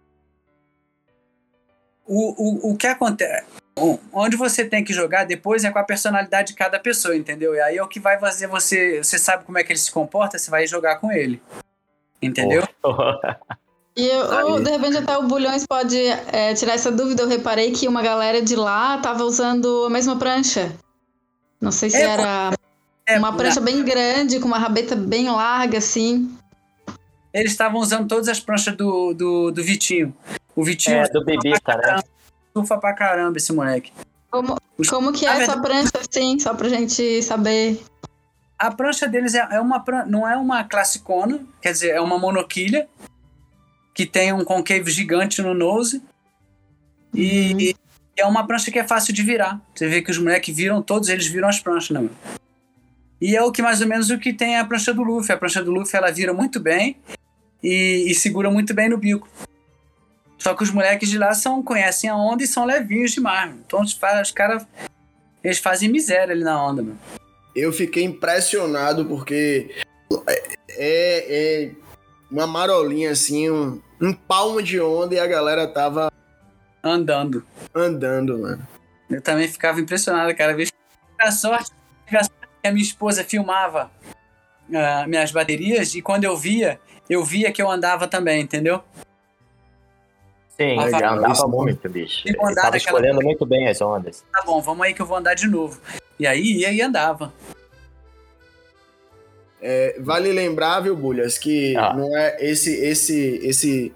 O, o, o que acontece... Onde você tem que jogar depois é com a personalidade de cada pessoa, entendeu? E aí é o que vai fazer você... Você sabe como é que ele se comporta, você vai jogar com ele. Entendeu? E eu, eu, de repente até o Bulhões pode é, tirar essa dúvida. Eu reparei que uma galera de lá tava usando a mesma prancha. Não sei se é, era... É, uma prancha na... bem grande, com uma rabeta bem larga, assim. Eles estavam usando todas as pranchas do, do, do Vitinho. O Vitinho... É, do Bibita, né? Surfa pra caramba esse moleque. Como, como que é essa verdade, prancha, assim, só pra gente saber? A prancha deles é, é uma prancha, não é uma classicona, quer dizer, é uma monoquilha, que tem um concave gigante no nose, e, uhum. e é uma prancha que é fácil de virar. Você vê que os moleques viram, todos eles viram as pranchas, né? E é o que mais ou menos o que tem a prancha do Luffy. A prancha do Luffy, ela vira muito bem e, e segura muito bem no bico. Só que os moleques de lá são, conhecem a onda e são levinhos demais. Mano. Então os, os caras, eles fazem miséria ali na onda, mano. Eu fiquei impressionado porque é, é uma marolinha assim, um, um palmo de onda e a galera tava andando. Andando, mano. Eu também ficava impressionado, cara. A sorte que a minha esposa filmava uh, minhas baterias e quando eu via, eu via que eu andava também, entendeu? Sim, eu andava muito, bicho. Eu tava escolhendo aquela... muito bem as ondas. Tá bom, vamos aí que eu vou andar de novo. E aí ia e andava. É, vale lembrar, viu, Bulhas, que ah. não é esse, esse, esse,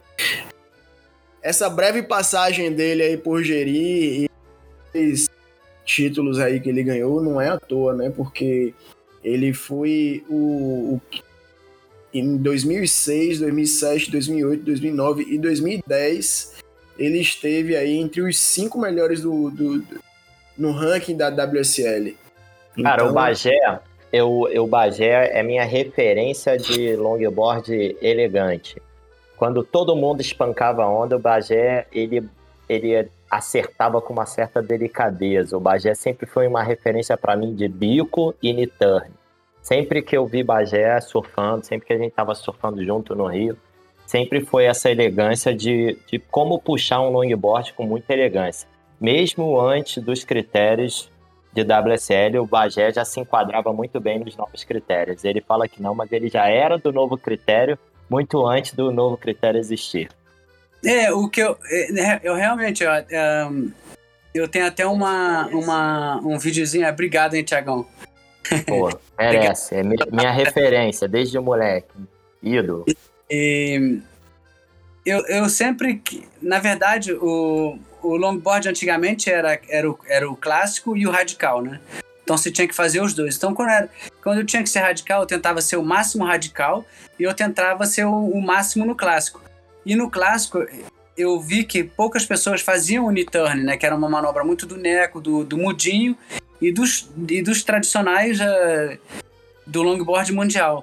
essa breve passagem dele aí por Jeri e esses títulos aí que ele ganhou não é à toa, né? Porque ele foi o, o em dois mil e seis, dois mil e sete, dois mil e oito, dois mil e nove e dois mil e dez ele esteve aí entre os cinco melhores do, do, do no ranking da W S L. Cara, então, o Bagé, eu, eu, Bagé é minha referência de longboard elegante. Quando todo mundo espancava a onda, o Bagé, ele, ele acertava com uma certa delicadeza. O Bagé sempre foi uma referência para mim de bico e N-turn. Sempre que eu vi Bagé surfando, sempre que a gente tava surfando junto no Rio, sempre foi essa elegância de, de como puxar um longboard com muita elegância. Mesmo antes dos critérios de W S L, o Bagé já se enquadrava muito bem nos novos critérios. Ele fala que não, mas ele já era do novo critério muito antes do novo critério existir. É, o que eu... Eu realmente... Eu, eu tenho até uma, uma, um videozinho... Obrigado, hein, Thiagão? Pô, merece. É minha referência, desde o moleque. Ídolo. E eu, eu sempre... Na verdade, o, o longboard antigamente era, era, o, era o clássico e o radical, né? Então você tinha que fazer os dois. Então quando, era, quando eu tinha que ser radical, eu tentava ser o máximo radical e eu tentava ser o, o máximo no clássico. E no clássico, eu vi que poucas pessoas faziam o knee-turn, né? Que era uma manobra muito do neco, do, do mudinho e dos, e dos tradicionais uh, do longboard mundial.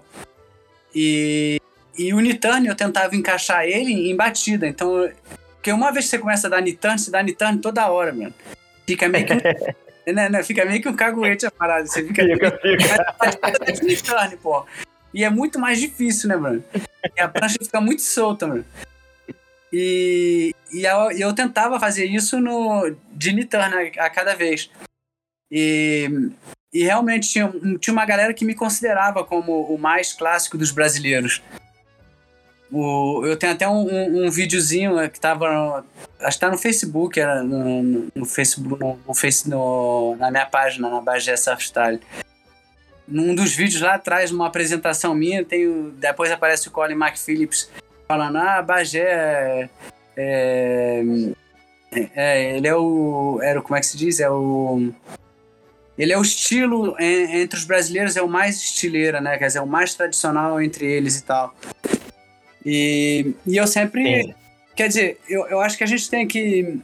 E, e o knee-turn eu tentava encaixar ele em batida. Então, porque uma vez que você começa a dar knee-turn, você dá knee-turn toda hora, mano. Fica meio que um, né, né, fica meio que um caguete a parada. Você fica... fica, fica. knee-turn, pô. E é muito mais difícil, né, mano? E a prancha fica muito solta, mano. E, e eu, eu tentava fazer isso no, de knee-turn a, a cada vez. E, e realmente tinha, tinha uma galera que me considerava como o mais clássico dos brasileiros. O, eu tenho até um, um, um videozinho que tava no, acho que tá no Facebook, era no, no, no Facebook, no, no face, no, na minha página, na Bagé Surfstyle. Num dos vídeos lá atrás, numa apresentação minha, tem o, depois aparece o Colin McPhillips falando, ah, Bagé é, é, é, ele é o, era, como é que se diz? É o ele é o estilo, entre os brasileiros é o mais estileira, né? Quer dizer, é o mais tradicional entre eles e tal. E, e eu sempre... Sim. Quer dizer, eu, eu acho que a gente tem que...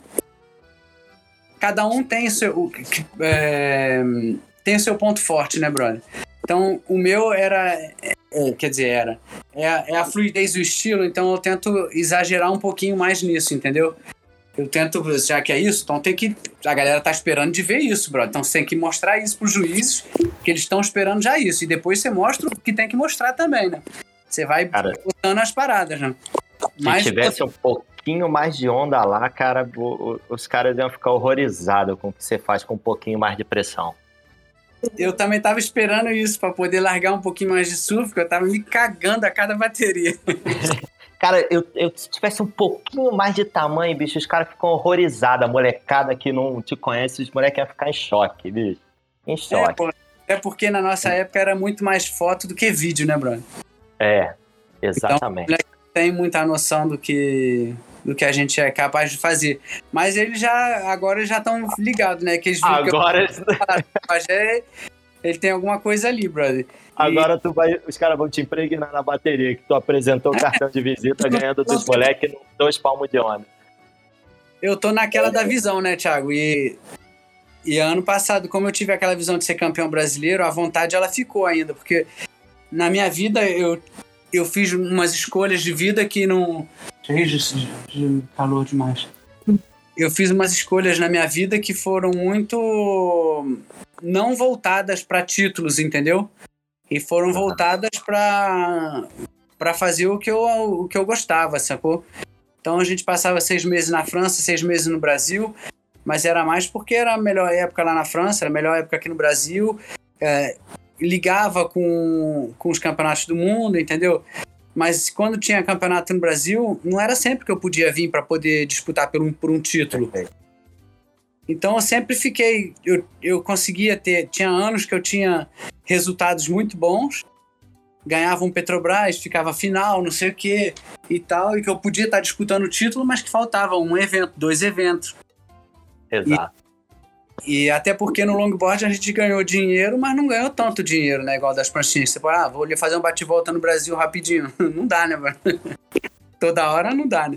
Cada um tem o seu... É, tem o seu ponto forte, né, brother? Então, o meu era... É, quer dizer, era... É a, é a fluidez do estilo, então eu tento exagerar um pouquinho mais nisso, entendeu? Eu tento, já que é isso, então tem que... A galera tá esperando de ver isso, brother. Então você tem que mostrar isso pros juízes, que eles estão esperando já isso. E depois você mostra o que tem que mostrar também, né? Você vai cara, botando as paradas, né? Se Mas, tivesse você... um pouquinho mais de onda lá, cara, o, o, os caras iam ficar horrorizados com o que você faz com um pouquinho mais de pressão. Eu também tava esperando isso, pra poder largar um pouquinho mais de surf, porque eu tava me cagando a cada bateria. Cara, eu, eu, se tivesse um pouquinho mais de tamanho, bicho, os caras ficam horrorizados. A molecada que não te conhece, os moleques iam ficar em choque, bicho. Em choque. É, pô, é porque na nossa época era muito mais foto do que vídeo, né, Bruno? É, exatamente. Então, o moleque tem muita noção do que, do que a gente é capaz de fazer. Mas eles já, agora já estão ligados, né? Que eles viram agora... que eu... Pajé, ele tem alguma coisa ali, brother. Agora e... tu vai, os caras vão te impregnar na bateria, que tu apresentou o cartão de visita ganhando dos moleques dois palmos de onda. Eu tô naquela da visão, né, Thiago? E, e ano passado, como eu tive aquela visão de ser campeão brasileiro, a vontade ela ficou ainda, porque na minha vida eu, eu fiz umas escolhas de vida que não... de calor demais. Eu fiz umas escolhas na minha vida que foram muito não voltadas para títulos, entendeu? E foram voltadas para para fazer o que, eu, o que eu gostava, sacou? Então a gente passava seis meses na França, seis meses no Brasil, mas era mais porque era a melhor época lá na França, era a melhor época aqui no Brasil, é, ligava com, com os campeonatos do mundo, entendeu? Mas quando tinha campeonato no Brasil, não era sempre que eu podia vir para poder disputar por um, por um título. Então eu sempre fiquei, eu, eu conseguia ter, tinha anos que eu tinha resultados muito bons, ganhava um Petrobras, ficava final, não sei o que e tal, e que eu podia estar disputando o título, mas que faltava um evento, dois eventos. Exato. E, e até porque no longboard a gente ganhou dinheiro, mas não ganhou tanto dinheiro, né? Igual das pranchinhas. Você fala, ah, vou ali fazer um bate-volta no Brasil rapidinho. Não dá, né, mano? Toda hora não dá, né?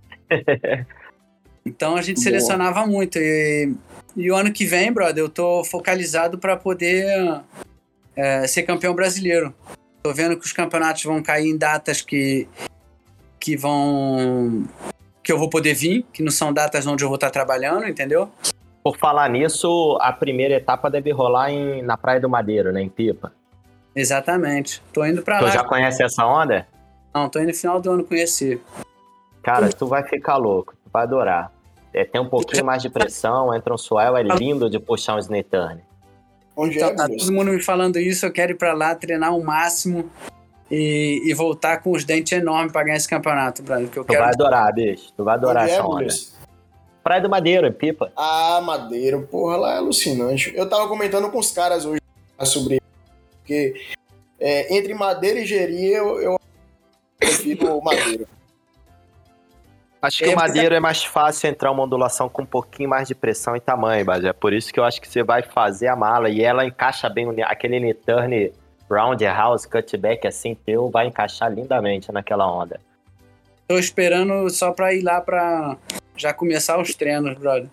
Então a gente selecionava Boa. muito. E, e o ano que vem, brother, eu tô focalizado para poder é, ser campeão brasileiro. Tô vendo que os campeonatos vão cair em datas que, que vão... que eu vou poder vir, que não são datas onde eu vou estar trabalhando, entendeu? Por falar nisso, a primeira etapa deve rolar em, na Praia do Madeiro, né, em Pipa? Exatamente. Tô indo pra tu lá. Tu já conhece essa onda? Não, tô indo no final do ano conhecer. Cara, tu vai ficar louco, tu vai adorar. É, tem um pouquinho mais de pressão, entra um swell, é lindo de puxar um snake turn. Onde então, é, tá todo mundo me falando isso, eu quero ir pra lá, treinar o máximo e, e voltar com os dentes enormes pra ganhar esse campeonato, Bruno. Que eu tu quero... vai adorar, bicho. Tu vai adorar Onde essa é, onda. Bulhões? Praia do Madeiro, em Pipa. Ah, Madeiro. Porra, lá é alucinante. Eu tava comentando com os caras hoje sobre isso, porque é, entre Madeira e Jeri, eu, eu prefiro Madeiro. Acho que é, o Madeiro é mais fácil entrar uma ondulação com um pouquinho mais de pressão e tamanho, mas é por isso que eu acho que você vai fazer a mala e ela encaixa bem, aquele N-turn roundhouse, cutback assim teu, vai encaixar lindamente naquela onda. Tô esperando só pra ir lá pra já começar os treinos, brother.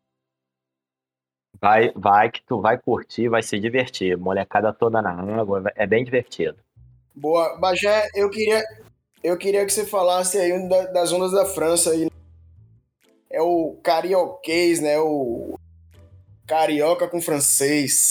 Vai, vai que tu vai curtir, vai se divertir. Molecada toda na água, é bem divertido. Boa. Bagé, eu queria, eu queria que você falasse aí um da, das ondas da França aí. É o carioquês, né? O carioca com francês.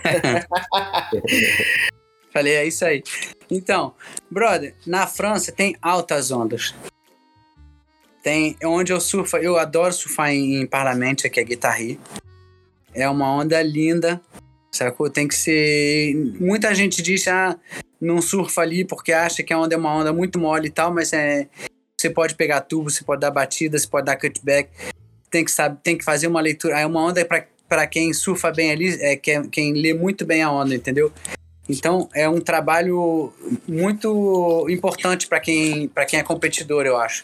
Falei, é isso aí. Então, brother, na França tem altas ondas. Tem onde eu surfo, eu adoro surfar em, em Parlamento, que é Guitarri. É uma onda linda, sacou? Tem que ser... Muita gente diz, ah, não surfa ali porque acha que a onda é uma onda muito mole e tal, mas é... Você pode pegar tubo, você pode dar batida, você pode dar cutback. Tem que, saber, tem que fazer uma leitura. É uma onda pra, pra quem surfa bem ali, é quem, quem lê muito bem a onda, entendeu? Então, é um trabalho muito importante para quem, pra quem é competidor, eu acho.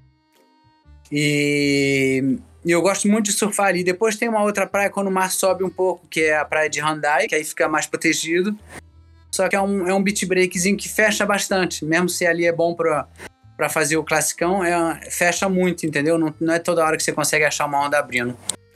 E... E eu gosto muito de surfar ali. Depois tem uma outra praia quando o mar sobe um pouco, que é a praia de Handai, que aí fica mais protegido. Só que é um, é um beach breakzinho que fecha bastante. Mesmo se ali é bom pra, pra fazer o classicão, é, fecha muito, entendeu? Não, não é toda hora que você consegue achar uma onda abrindo.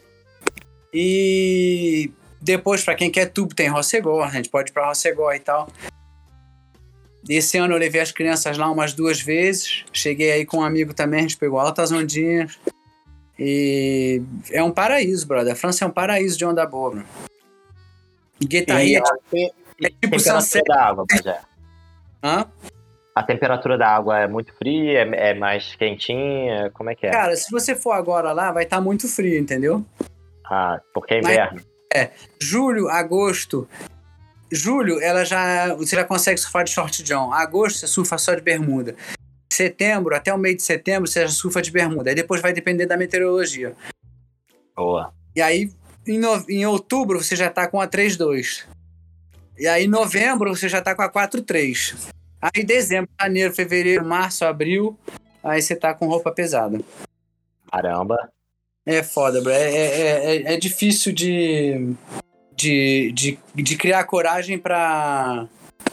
E depois, pra quem quer tubo, tem Rossegor. A gente pode ir pra Rossegor e tal. Esse ano eu levei as crianças lá umas duas vezes. Cheguei aí com um amigo também, a gente pegou altas ondinhas. E é um paraíso, brother. A França é um paraíso de onda boa, bro. Guitarri é tipo, é tipo sunset da água, Pajé. Hã? A temperatura da água é muito fria, é, é mais quentinha, como é que é? Cara, se você for agora lá, vai estar tá muito frio, entendeu? Ah, porque é inverno. Mas, é, julho, agosto. Julho, ela já, você já consegue surfar de short john. Agosto, você surfa só de bermuda. Setembro, até o meio de setembro, você já surfa de bermuda. Aí depois vai depender da meteorologia. Boa. E aí, em, no... em outubro, você já tá com a três dois. E aí, em novembro, você já tá com a quatro três. Aí, dezembro, janeiro, fevereiro, março, abril, aí você tá com roupa pesada. Caramba. É foda, bro. É, é, é, é difícil de, de, de, de criar coragem pra,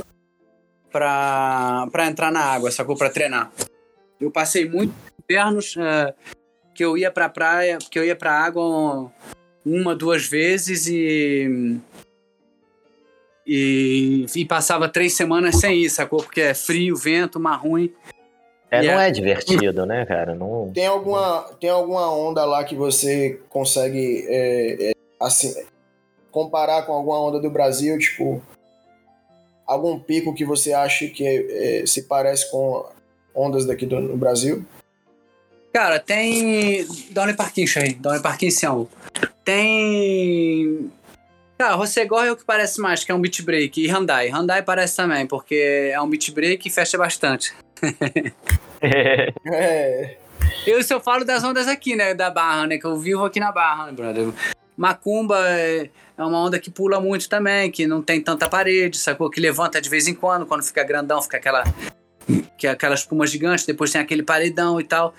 pra, pra entrar na água, sacou? Pra treinar. Eu passei muitos invernos uh, que eu ia pra praia, que eu ia pra água uma, duas vezes e, e, e passava três semanas sem ir, sacou? Porque é frio, vento, mar ruim. É, não Yeah. é divertido, né, cara? Não... Tem alguma, tem alguma onda lá que você consegue é, é, assim, comparar com alguma onda do Brasil? Tipo, algum pico que você acha que é, é, se parece com ondas daqui do no Brasil? Cara, tem... Dá-lhe parquinho aí, dá-lhe parquinho Sião. Tem... Cara, Rossegor é o que parece mais, que é um beach break. E Hyundai. Hyundai parece também, porque é um beach break e fecha bastante. É. Eu, se eu falo das ondas aqui, né, da Barra, né, que eu vivo aqui na Barra, né, brother. Macumba é, é uma onda que pula muito também, que não tem tanta parede, sacou? Que levanta de vez em quando, quando fica grandão, fica aquela, que é aquela espuma gigante, depois tem aquele paredão e tal.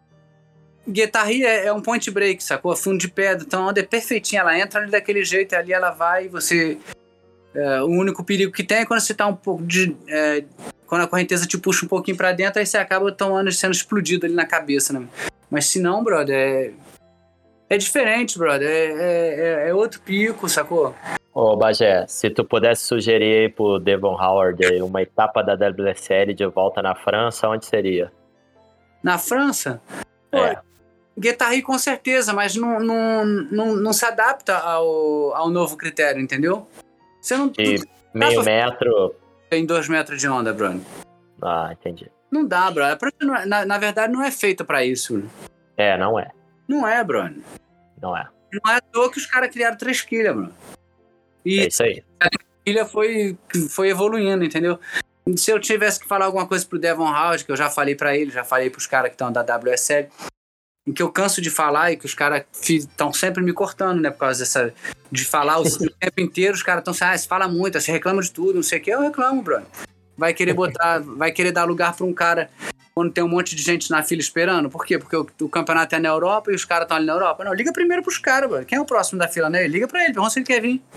Guitarri é, é um point break, sacou? Fundo de pedra, então a onda é perfeitinha, ela entra ali daquele jeito, ali ela vai e você... É, o único perigo que tem é quando você tá um pouco de... É, quando a correnteza te puxa um pouquinho pra dentro, aí você acaba tomando, sendo explodido ali na cabeça, né? Mas se não, brother, é, é diferente, brother. É, é, é outro pico, sacou? Ô, Bagé, se tu pudesse sugerir aí pro Devon Howard aí uma etapa da W S L de volta na França, onde seria? Na França? É. Guitarri com certeza, mas não, não, não, não se adapta ao, ao novo critério, entendeu? Você não... De meio metro... Tem dois metros de onda, Bruno. Ah, entendi. Não dá, Bruno. Na, na verdade, não é feito pra isso. É, não é. Não é, Bruno. Não é. Não é à toa que os caras criaram três quilhas, Bruno. E é isso aí. a quilha foi, foi evoluindo, entendeu? Se eu tivesse que falar alguma coisa pro Devon Howard, que eu já falei pra ele, já falei pros caras que estão da W S L, em que eu canso de falar e que os caras estão sempre me cortando, né? Por causa dessa... De falar o tempo inteiro, os caras estão assim, ah, você fala muito, você reclama de tudo, não sei o que, eu reclamo, Bruno. Vai querer botar, vai querer dar lugar pra um cara quando tem um monte de gente na fila esperando? Por quê? Porque o, o campeonato é na Europa e os caras estão ali na Europa? Não, liga primeiro pros caras, Bruno. Quem é o próximo da fila, né? Liga pra ele, pergunta se ele quer vir.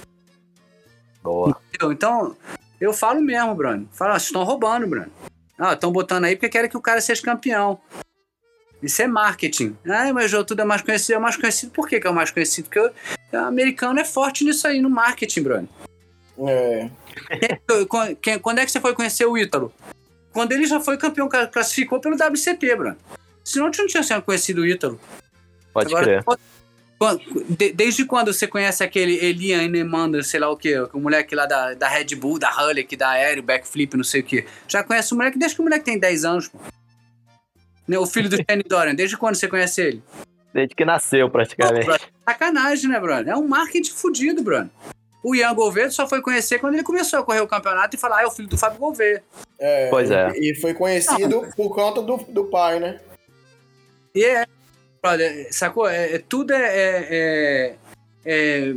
Boa. Entendeu? Então, eu falo mesmo, Bruno. Falo, ah, vocês estão roubando, Bruno. Ah, estão botando aí porque querem que o cara seja campeão. Isso é marketing. Ah, mas o Tudo é mais conhecido. É mais conhecido. Por que que é o mais conhecido? Porque o americano é forte nisso aí, no marketing, Bruno. É. Quem, quando é que você foi conhecer o Ítalo? Quando ele já foi campeão, classificou pelo W C P, Bruno. Senão tu não tinha sido conhecido o Ítalo. Pode Agora, crer. Desde quando você conhece aquele Elian Enemanda, sei lá o quê, o moleque lá da, da Red Bull, da Harley, que dá aéreo, backflip, não sei o quê. Já conhece o moleque desde que o moleque tem dez anos, pô. O filho do Shane Dorian, desde quando você conhece ele? Desde que nasceu, praticamente. Pô, sacanagem, né, Bruno? É um marketing fudido, Bruno. O Ian Gouveia só foi conhecer quando ele começou a correr o campeonato e falar, ah, é o filho do Fábio Gouveia. É, pois é. E foi conhecido Não. por conta do, do pai, né? E é, brother, sacou? É, é, tudo é, é, é, é...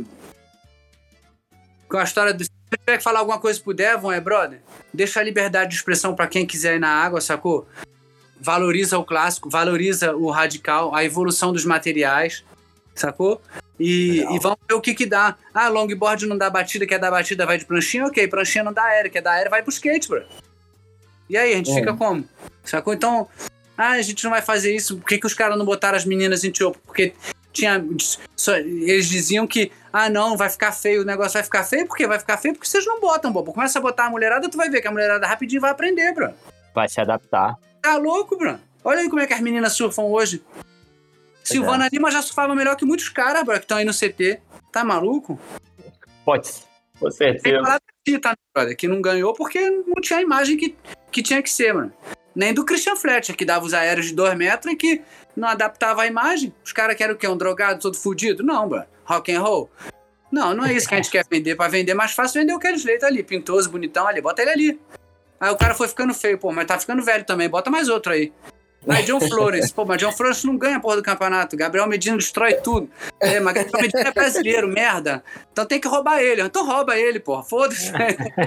Com a história do... Se você tiver que falar alguma coisa pro Devon, é, brother, deixa a liberdade de expressão pra quem quiser ir na água, sacou? Valoriza o clássico, valoriza o radical, a evolução dos materiais, sacou? E, e vamos ver o que que dá. Ah, longboard não dá batida, quer dar batida, vai de pranchinha, ok. Pranchinha não dá aéreo, quer dar aéreo, vai pro skate, bro. E aí, a gente é. fica como? Sacou? Então, ah, a gente não vai fazer isso. Por que que os caras não botaram as meninas em tiopo? Porque tinha... Só, eles diziam que, ah, não, vai ficar feio, o negócio vai ficar feio. Por quê? Vai ficar feio porque vocês não botam, bobo. Começa a botar a mulherada, tu vai ver que a mulherada rapidinho vai aprender, bro. Vai se adaptar. Tá louco, Bruno? Olha aí como é que as meninas surfam hoje. Pois Silvana é. Lima já surfava melhor que muitos caras, Bruno, que estão aí no C T. Tá maluco? Pode, com certeza. Tem que falar da tá, brother, que não ganhou porque não tinha a imagem que, que tinha que ser, mano. Nem do Christian Fletcher, que dava os aéreos de dois metros e que não adaptava a imagem. Os caras querem o quê? Um drogado todo fudido? Não, Bruno. Rock and roll? Não, não é isso que a gente quer vender. Pra vender mais fácil, vender o Kelly Slater ali. Pintoso, bonitão ali. Bota ele ali. Aí o cara foi ficando feio, pô, mas tá ficando velho também, bota mais outro aí. Aí John Flores, pô, mas John Flores não ganha a porra do campeonato, Gabriel Medina destrói tudo. É, mas Gabriel Medina é brasileiro, merda. Então tem que roubar ele, então rouba ele, pô, foda-se.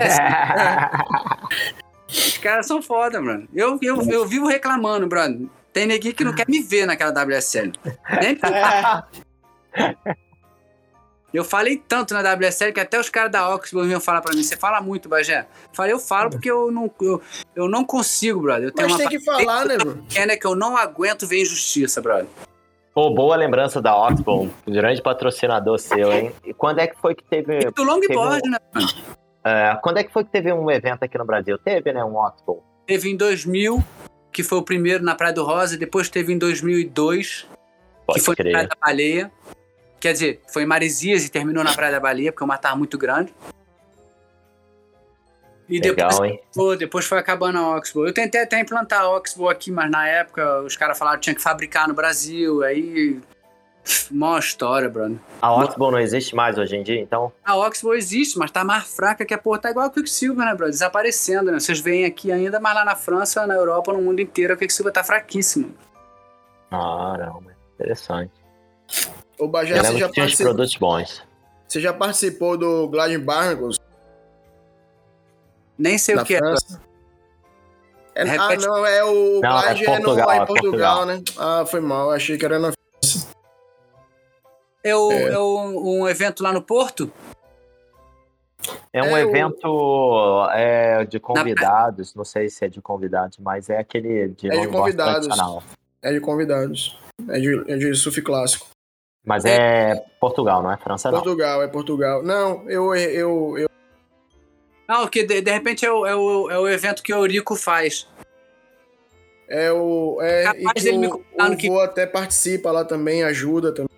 Os caras são foda, mano. Eu, eu, eu vivo reclamando, brother. Tem neguinho que não quer me ver naquela W S L. Nem Eu falei tanto na W S L que até os caras da Oxbow vinham falar pra mim, você fala muito, Bagé. Falei, eu falo porque eu não, eu, eu não consigo, brother. Eu tenho Mas uma tem que falar, né, bro? É que eu não aguento ver injustiça, brother. Pô, boa lembrança da Oxbow, grande patrocinador seu, hein? E quando é que foi que teve... E do longboard, um, né? É, quando é que foi que teve um evento aqui no Brasil? Teve, né, um Oxbow? Teve em dois mil, que foi o primeiro na Praia do Rosa, depois teve em dois mil e dois, Pode que foi crer. na Praia da Baleia. Quer dizer, foi em Maresias e terminou na Praia da Baleia, porque o mar tava muito grande. E Legal, depois, hein? pô, depois foi acabando a Oxbow. Eu tentei até implantar a Oxbow aqui, mas na época os caras falaram que tinha que fabricar no Brasil. Aí, mó história, brother. A Oxbow não existe mais hoje em dia, então? A Oxbow existe, mas tá mais fraca que a porra. Tá igual a Quicksilver, né, brother? Desaparecendo, né? Vocês veem aqui ainda, mas lá na França, na Europa, no mundo inteiro, a Quicksilver tá fraquíssima. Ah, não, mas interessante. Ô, Bagé, Eu você lembro já, que tinha uns participou, produtos bons. você já participou do Glide Barnacles Nem sei da o que França? É, ah, Repete. não, é o Não, é Glide é, no, Portugal, é em é Portugal, Portugal. né? Ah, foi mal, achei que era na... é. É, o, É. é o, um evento lá no Porto? É um É o- evento é, de convidados, não sei se é de convidados, mas é aquele de É de longboard convidados. tradicional. É de convidados. É de, é de surf clássico. Mas é Portugal, não é França, não. Portugal, é Portugal. Não, eu... eu, eu Ah, que de, de repente é o, é, o, é o evento que o Eurico faz. é o... É, Capaz e que dele me o, contar no o que- vô até participa lá também, ajuda também.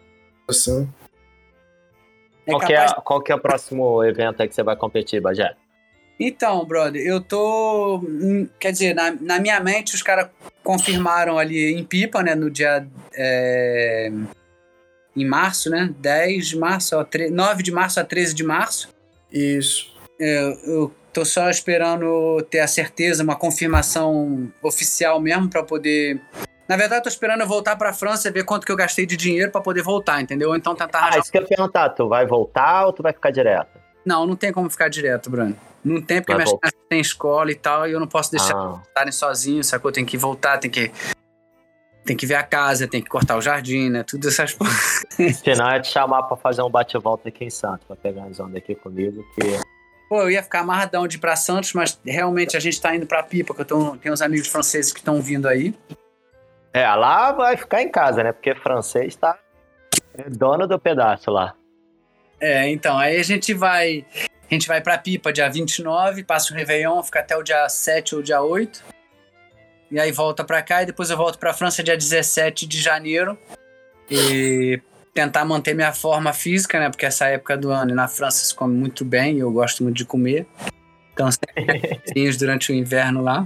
É Qual, que é, capaz... qual que é o próximo evento aí que você vai competir, Bagé? Então, brother, eu tô... hum, Quer dizer, na, na minha mente, os caras confirmaram ali em Pipa, né? No dia... É, em março, né? dez de março, ó, tre... nove de março a treze de março. Isso. Eu, eu tô só esperando ter a certeza, uma confirmação oficial mesmo pra poder... Na verdade, eu tô esperando eu voltar pra França e ver quanto que eu gastei de dinheiro pra poder voltar, entendeu? Ou então tentar Ah, arranjar... isso que eu ia perguntar, tu vai voltar ou tu vai ficar direto? Não, não tem como ficar direto, Bruno. Não tem, porque Vai minhas voltar. crianças têm escola e tal, e eu não posso deixar Ah, estarem sozinhos, sacou? Tem que voltar, tem que... Tem que ver a casa, tem que cortar o jardim, né? Tudo essas coisas. senão eu ia te chamar pra fazer um bate-volta aqui em Santos, pra pegar umas ondas aqui comigo, que... Pô, eu ia ficar amarradão de ir pra Santos, mas realmente a gente tá indo pra Pipa, que eu tô, tenho uns amigos franceses que estão vindo aí. É, lá vai ficar em casa, né? Porque francês tá é dono do pedaço lá. É, então, aí a gente vai... A gente vai pra Pipa dia vinte e nove, passa o Réveillon, fica até o dia sete ou dia oito. E aí volta pra cá e depois eu volto pra França dia dezessete de janeiro. E tentar manter minha forma física, né? Porque essa época do ano e na França se come muito bem e eu gosto muito de comer. Então sempre durante o inverno lá.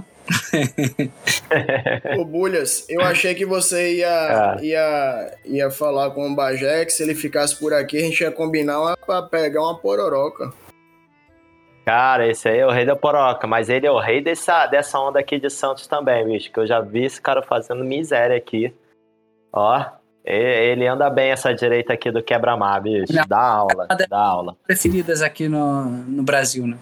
Ô, Bulhas, eu achei que você ia, ia, ia falar com o Bagé que se ele ficasse por aqui a gente ia combinar uma, pra pegar uma pororoca. Cara, esse aí é o rei da poroca, mas ele é o rei dessa, dessa onda aqui de Santos também, bicho, que eu já vi esse cara fazendo miséria aqui. Ó, ele anda bem essa direita aqui do quebra-mar, bicho. Dá aula, dá aula. Preferidas aqui no, no Brasil, né?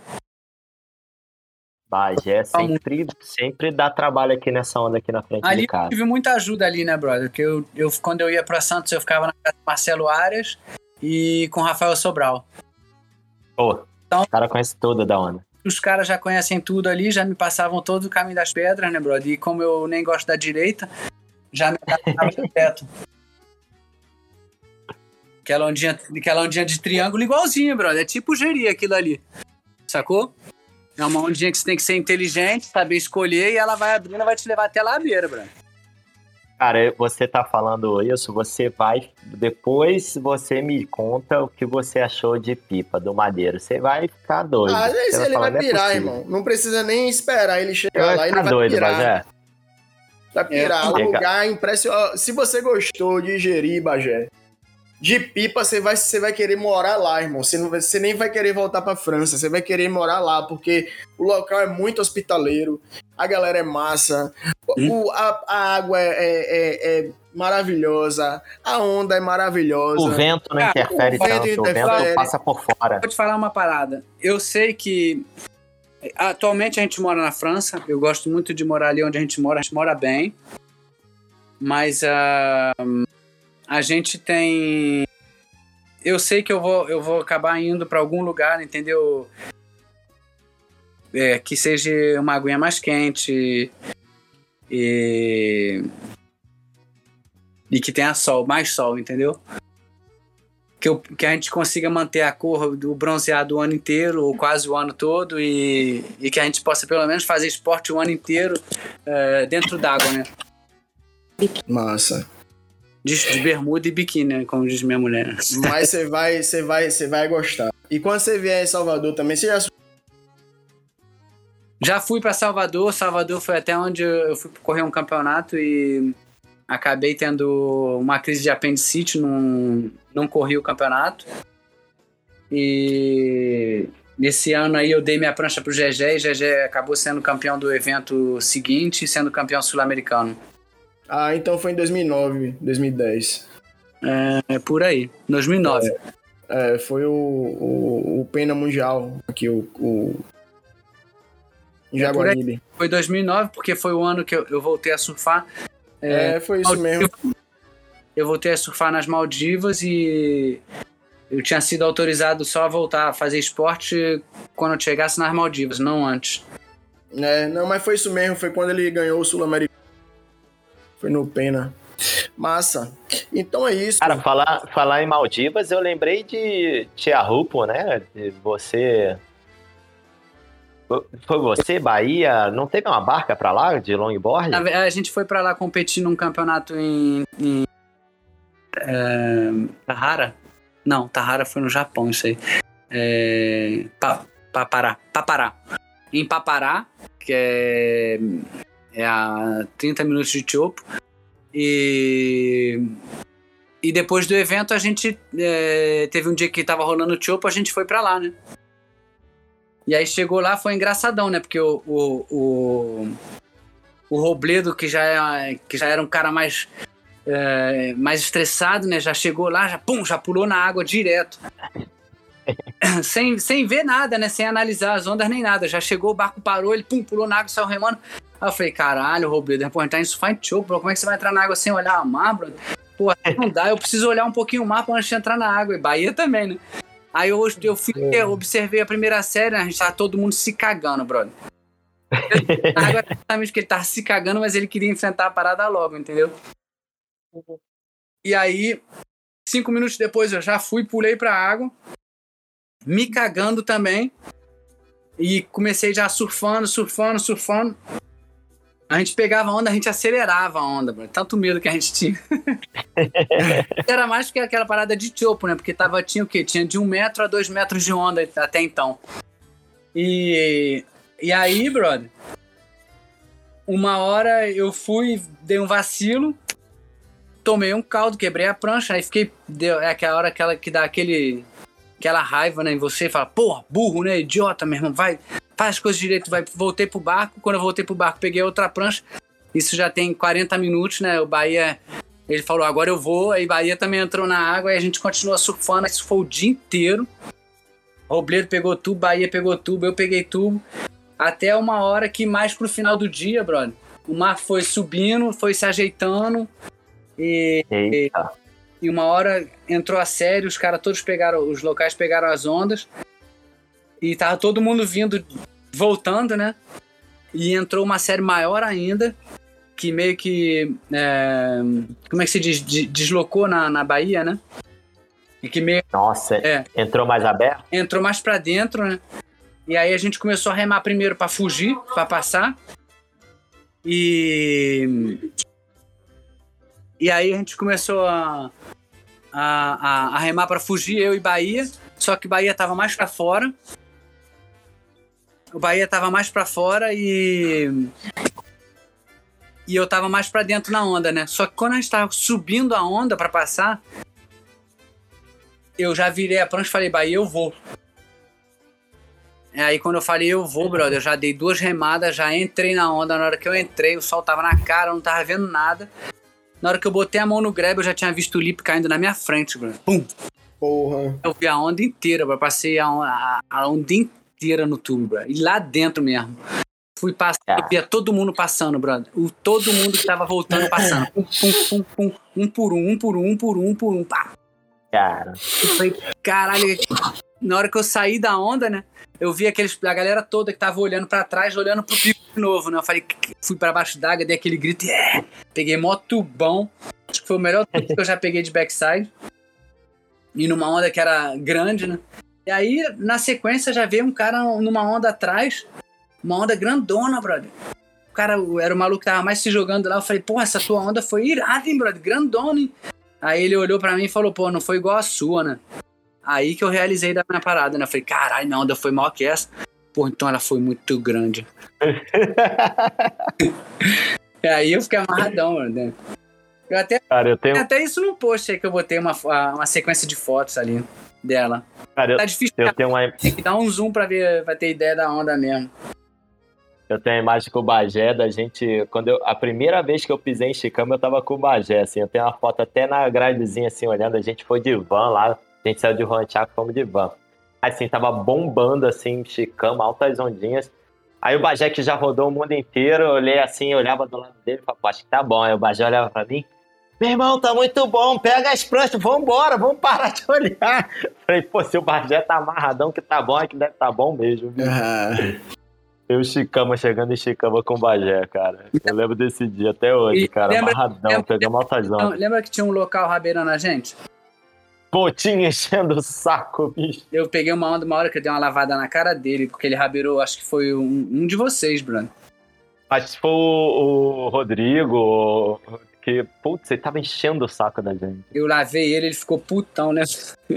Bagé sempre, sempre dá trabalho aqui nessa onda aqui na frente Ali de casa. eu tive muita ajuda ali, né, brother? Porque eu, eu, quando eu ia pra Santos, eu ficava na casa do Marcelo Arias e com o Rafael Sobral. Pô, Então- o cara conhece tudo da onda. Os caras já conhecem tudo ali, já me passavam todo o caminho das pedras, né, brother? E como eu nem gosto da direita, já me adaptava direto. Aquela ondinha, aquela ondinha de triângulo igualzinho, brother. É tipo gerir aquilo ali. Sacou? É uma ondinha que você tem que ser inteligente, saber escolher, e ela vai abrindo e vai te levar até lá à beira, brother. Cara, você tá falando isso, você vai... Depois você me conta o que você achou de Pipa, do Madeiro. Você vai ficar doido. Ah, Você esse ele falar, vai "Não é pirar, possível." irmão. Não precisa nem esperar ele Você chegar lá, vai ele ficar vai doido, pirar. Bagé. Vai pirar. É. O lugar é impressionante. Se você gostou de Jeri, Bagé, de Pipa, você vai, você vai querer morar lá, irmão. Você, não vai, você nem vai querer voltar pra França. Você vai querer morar lá, porque o local é muito hospitaleiro. A galera é massa. O, a, a água é, é, é, é maravilhosa. A onda é maravilhosa. O vento não Cara, interfere o vento tanto, o interfere. vento passa por fora. Vou te falar uma parada. Eu sei que atualmente a gente mora na França. Eu gosto muito de morar ali onde a gente mora. A gente mora bem. Mas uh, a gente tem... Eu sei que eu vou, eu vou acabar indo para algum lugar, entendeu? É, que seja uma aguinha mais quente e... e que tenha sol, mais sol, entendeu? Que, eu, que a gente consiga manter a cor do bronzeado o ano inteiro, ou quase o ano todo, e, e que a gente possa pelo menos fazer esporte o ano inteiro uh, dentro d'água, né? Massa. De, de bermuda e biquíni, né? Como diz minha mulher. Mas você vai, você vai, você vai gostar. E quando você vier em Salvador também, você já... Já fui para Salvador. Salvador foi até onde eu fui correr um campeonato e acabei tendo uma crise de apendicite, não, não corri o campeonato. E nesse ano aí eu dei minha prancha pro Gegé e Gegé acabou sendo campeão do evento seguinte e sendo campeão sul-americano. Ah, então foi em dois mil e nove, dois mil e dez. É, é por aí, dois mil e nove. É, é foi o, o, o Pena Mundial, aqui o, o Jaguaribe. É foi dois mil e nove, porque foi o ano que eu, eu voltei a surfar. É, é foi isso mesmo. Eu voltei a surfar nas Maldivas e eu tinha sido autorizado só a voltar a fazer esporte quando eu chegasse nas Maldivas, não antes. É, não, mas foi isso mesmo, foi quando ele ganhou o Sul-Americano. Foi no Pena. Massa. Então é isso. Cara, falar, falar em Maldivas, eu lembrei de Tia Rupo, né? De você... Foi você, Bahia? Não teve uma barca pra lá de longboard? A, a gente foi pra lá competir num campeonato em... em é, Tahara? Não, Tahara foi no Japão, isso aí. É, pa, Papará. Papará. Em Papará, que é... É a trinta minutos de Chopo. E, e depois do evento a gente é, teve um dia que tava rolando o Chopo, a gente foi pra lá, né? E aí chegou lá, foi engraçadão, né? Porque o, o, o, o Robledo, que já, é, que já era um cara mais, é, mais estressado, né? Já chegou lá, já, pum, já pulou na água direto. sem, sem ver nada, né? Sem analisar as ondas nem nada. Já chegou, o barco parou, ele pum, pulou na água, saiu remando. Aí eu falei, caralho, Robledo, pô, a gente tá em Surfing Chopo, bro, como é que você vai entrar na água sem olhar o mar, bro? Pô, não dá, eu preciso olhar um pouquinho o mar pra antes de entrar na água. E Bahia também, né? Aí eu, eu fui, eu observei a primeira série, né? A gente tava todo mundo se cagando, brother. A água exatamente porque ele tava se cagando, mas ele queria enfrentar a parada logo, entendeu? E aí, cinco minutos depois eu já fui, pulei pra água, me cagando também, e comecei já surfando, surfando, surfando. A gente pegava a onda, a gente acelerava a onda, bro. Tanto medo que a gente tinha. Era mais que aquela parada de chopo, né? Porque tava, tinha o quê? Tinha de um metro a dois metros de onda até então. E, e aí, brother, uma hora eu fui, dei um vacilo, tomei um caldo, quebrei a prancha, aí fiquei... Deu, é aquela hora aquela que dá aquele, aquela raiva, né? Em você fala, porra, burro, né? Idiota, meu irmão, vai... Faz as coisas direito, vai. Voltei pro barco. Quando eu voltei pro barco, peguei outra prancha. Isso já tem quarenta minutos, né? O Bahia, ele falou, agora eu vou. Aí Bahia também entrou na água e a gente continuou surfando. Isso foi o dia inteiro. O Robledo pegou tubo, Bahia pegou tubo, eu peguei tubo. Até uma hora que mais pro final do dia, brother, o mar foi subindo, foi se ajeitando. E, e, e uma hora entrou a sério, os caras todos pegaram, os locais pegaram as ondas. E tava todo mundo vindo, voltando, né? E entrou uma série maior ainda, que meio que... É, como é que se diz? Deslocou na, na Bahia, né? E que meio... Nossa, é, entrou mais aberto? Entrou mais pra dentro, né? E aí a gente começou a remar primeiro pra fugir, pra passar. E... E aí a gente começou a, a, a, a remar pra fugir, eu e Bahia. Só que Bahia tava mais pra fora. O Bahia tava mais pra fora e... E eu tava mais pra dentro na onda, né? Só que quando a gente tava subindo a onda pra passar, eu já virei a prancha e falei, Bahia, eu vou. Aí quando eu falei, eu vou, brother, eu já dei duas remadas, já entrei na onda. Na hora que eu entrei, o sol tava na cara, eu não tava vendo nada. Na hora que eu botei a mão no grab, eu já tinha visto o lip caindo na minha frente, brother. Pum! Porra. Eu vi a onda inteira, bro. Passei a onda, a, a onda inteira no tubo, bro. E lá dentro mesmo. Fui passando, ah. eu via todo mundo passando, brother. O, todo mundo que tava voltando passando. Pum, pum, pum, pum, um por um, um por um, um por um, um por um, pá. Cara. Eu falei, caralho, na hora que eu saí da onda, né? Eu vi aqueles, a galera toda que tava olhando pra trás, olhando pro pico de novo, né? Eu falei, fui pra baixo d'água, dei aquele grito e é, peguei mó tubão. Acho que foi o melhor tubo que eu já peguei de backside. E numa onda que era grande, né? E aí, na sequência, já veio um cara numa onda atrás, uma onda grandona, brother. O cara era o maluco que tava mais se jogando lá. Eu falei, porra, essa tua onda foi irada, hein, brother? Grandona, hein? Aí ele olhou pra mim e falou, pô, não foi igual a sua, né? Aí que eu realizei da minha parada, né? Eu falei, caralho, minha onda foi maior que essa. Pô, então ela foi muito grande. E aí eu fiquei amarradão, né? Eu até, cara, eu tenho... até isso no post aí que eu botei uma, uma sequência de fotos ali dela. Cara, eu, tá difícil, eu tenho uma... tem que dar um zoom pra ver, pra ter ideia da onda mesmo. Eu tenho a imagem com o Bagé da gente... Quando eu, a primeira vez que eu pisei em Chicama, eu tava com o Bagé, assim. Eu tenho uma foto até na gradezinha, assim, olhando. A gente foi de van lá. A gente saiu de Ranchaco, fomos de van. Assim, tava bombando, assim, Chicama, altas ondinhas. Aí o Bagé, que já rodou o mundo inteiro, eu olhei assim, olhava do lado dele e falei, pô, acho que tá bom. Aí o Bagé olhava pra mim, meu irmão, tá muito bom, pega as pranchas, vambora, vamos parar de olhar. Falei, pô, se o Bagé tá amarradão que tá bom, é que deve tá bom mesmo. Uhum. Eu Chicama, chegando em Chicama com o Bagé, cara. Eu lembro desse dia até hoje, e cara, lembra, amarradão, lembra, pegamos altas ondas. Lembra que tinha um local rabeirando a gente? Pô, tinha enchendo o saco, bicho. Eu peguei uma onda, uma hora que eu dei uma lavada na cara dele, porque ele rabeirou, acho que foi um, um de vocês, Bruno. Acho que foi o, o Rodrigo, que, putz, ele tava enchendo o saco da gente. Eu lavei ele, ele ficou putão, né?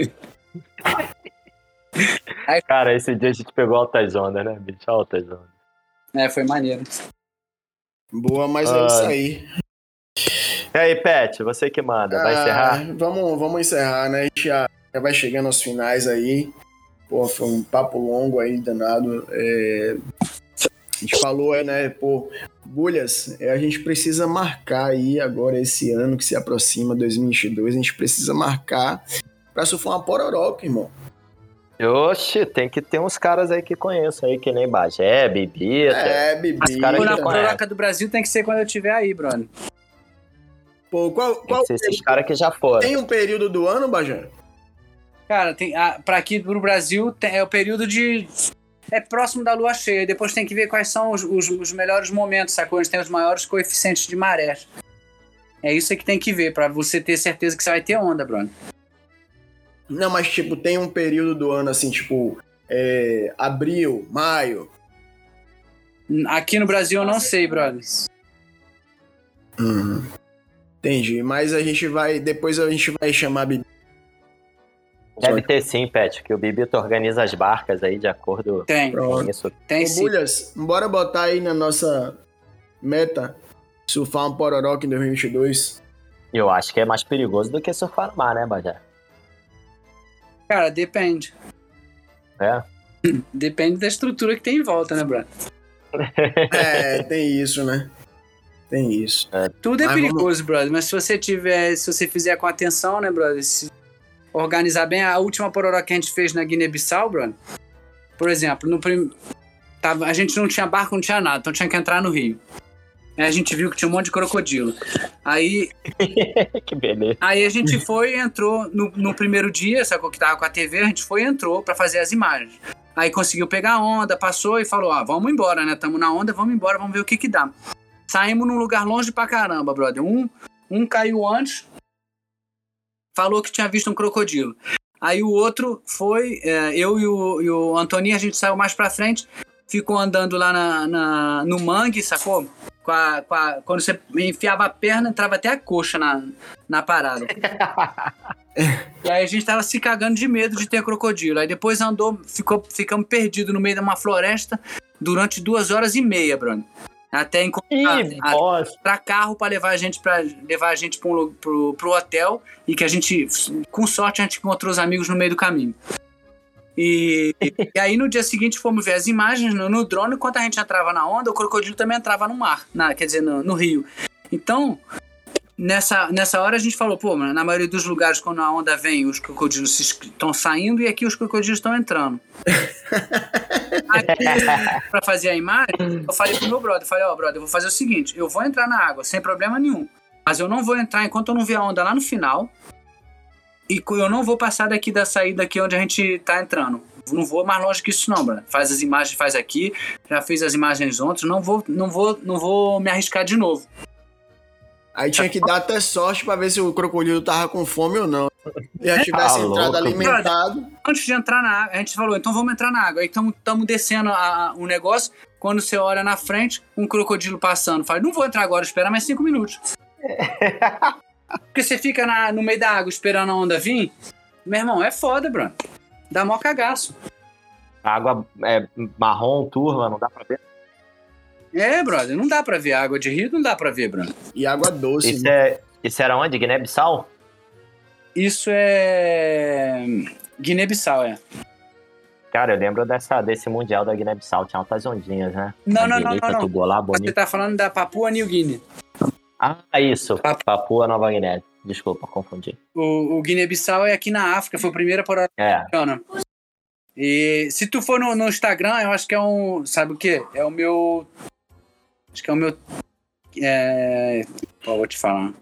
Aí, cara, esse dia a gente pegou altas ondas, né, bicho? Altas ondas. É, foi maneiro. Boa, mas é isso aí. E aí, Pet, você que manda, vai ah, encerrar? Vamos, vamos encerrar, né? A gente já, já vai chegando aos finais aí. Pô, foi um papo longo aí, danado. É... A gente falou aí, né, pô, Bulhas, a gente precisa marcar aí agora esse ano que se aproxima, dois mil e vinte e dois, a gente precisa marcar pra surfar uma pororoca, irmão. Oxe, tem que ter uns caras aí que conheço aí, que nem Bagé, Bibita. É, Bibita. Na pororoca do Brasil tem que ser quando eu estiver aí, Bruno. Pô, qual, qual tem que ser esses caras que já foram. Tem um período do ano, Bagé? Cara, tem, a, pra aqui pro Brasil tem, é o período de... É próximo da lua cheia, depois tem que ver quais são os, os, os melhores momentos, sacou? Onde tem os maiores coeficientes de maré. É isso que tem que ver, pra você ter certeza que você vai ter onda, Bruno. Não, mas tipo, tem um período do ano assim, tipo, é, abril, maio. Aqui no Brasil eu não sei, brother. Hum, entendi, mas a gente vai, depois a gente vai chamar a Bibi. Deve ter sim, Pet, que o Bibito organiza as barcas aí de acordo tem. com isso. Tem Ô, sim. Bulhas, bora botar aí na nossa meta surfar um pororoca em dois mil e vinte e dois. Eu acho que é mais perigoso do que surfar no mar, né, Bajé? Cara, depende. É? Depende da estrutura que tem em volta, né, Bruno? É, tem isso, né? Tem isso. É. Tudo é mas perigoso, vamos... brother, mas se você tiver, se você fizer com atenção, né, brother, se organizar bem, a última pororoca que a gente fez na Guiné-Bissau, Bruno, por exemplo, no prim... Tava... a gente não tinha barco, não tinha nada, então tinha que entrar no rio. Aí a gente viu que tinha um monte de crocodilo. Aí... que beleza. Aí a gente foi e entrou no, no primeiro dia, sacou que tava com a T V, a gente foi e entrou pra fazer as imagens. Aí conseguiu pegar a onda, passou e falou, ó, vamos embora, né, tamo na onda, vamos embora, vamos ver o que que dá. Saímos num lugar longe pra caramba, brother. Um, um caiu antes, falou que tinha visto um crocodilo. Aí o outro foi, é, eu e o, e o Antônio, a gente saiu mais pra frente, ficou andando lá na, na, no mangue, sacou? Com a, com a, quando você enfiava a perna, entrava até a coxa na, na parada. E aí a gente tava se cagando de medo de ter crocodilo. Aí depois andou, ficou, ficamos perdidos no meio de uma floresta durante duas horas e meia, Bruno. Até encontrar pra carro pra levar a gente pra levar a gente pro, pro, pro hotel e que a gente, com sorte, a gente encontrou os amigos no meio do caminho. E, e aí no dia seguinte fomos ver as imagens no, no drone. Enquanto a gente entrava na onda, o crocodilo também entrava no mar, na, quer dizer, no, no rio. Então, nessa, nessa hora a gente falou, pô, na maioria dos lugares, quando a onda vem, os crocodilos estão saindo e aqui os crocodilos estão entrando. Aí, pra fazer a imagem, eu falei pro meu brother, falei, ó, oh, brother, eu vou fazer o seguinte, eu vou entrar na água sem problema nenhum, mas eu não vou entrar enquanto eu não ver a onda lá no final e eu não vou passar daqui da saída aqui onde a gente tá entrando. Não vou mais longe que isso não, brother. Faz as imagens, faz aqui, já fiz as imagens ontem, não vou, não vou, não vou me arriscar de novo. Aí tinha que dar até sorte pra ver se o crocodilo tava com fome ou não. Se já tivesse ah, entrado louco. alimentado. Antes de entrar na água, a gente falou, então vamos entrar na água. Aí estamos descendo a, o negócio, quando você olha na frente, um crocodilo passando. Fala, não vou entrar agora, espera mais cinco minutos. Porque você fica na, no meio da água esperando a onda vir, meu irmão, é foda, Bruno. Dá mó cagaço. A água é marrom, turva, não dá pra ver? É, brother, não dá pra ver. Água de rio não dá pra ver, Bruno. E água doce. Isso, é, isso era onde? Guiné-Bissau? Isso é... Guiné-Bissau, é. Cara, eu lembro dessa, desse Mundial da Guiné-Bissau. Tinha altas ondinhas, né? Não, não, direita, não, não. Tubo lá, Você tá falando da Papua New Guinea. Ah, isso. Papu... Papua Nova Guiné. Desculpa, confundi. O, o Guiné-Bissau é aqui na África. Foi o primeiro por é. E se tu for no, no Instagram, eu acho que é um... Sabe o quê? É o meu... Acho que é o meu... É... Pô, vou te falar.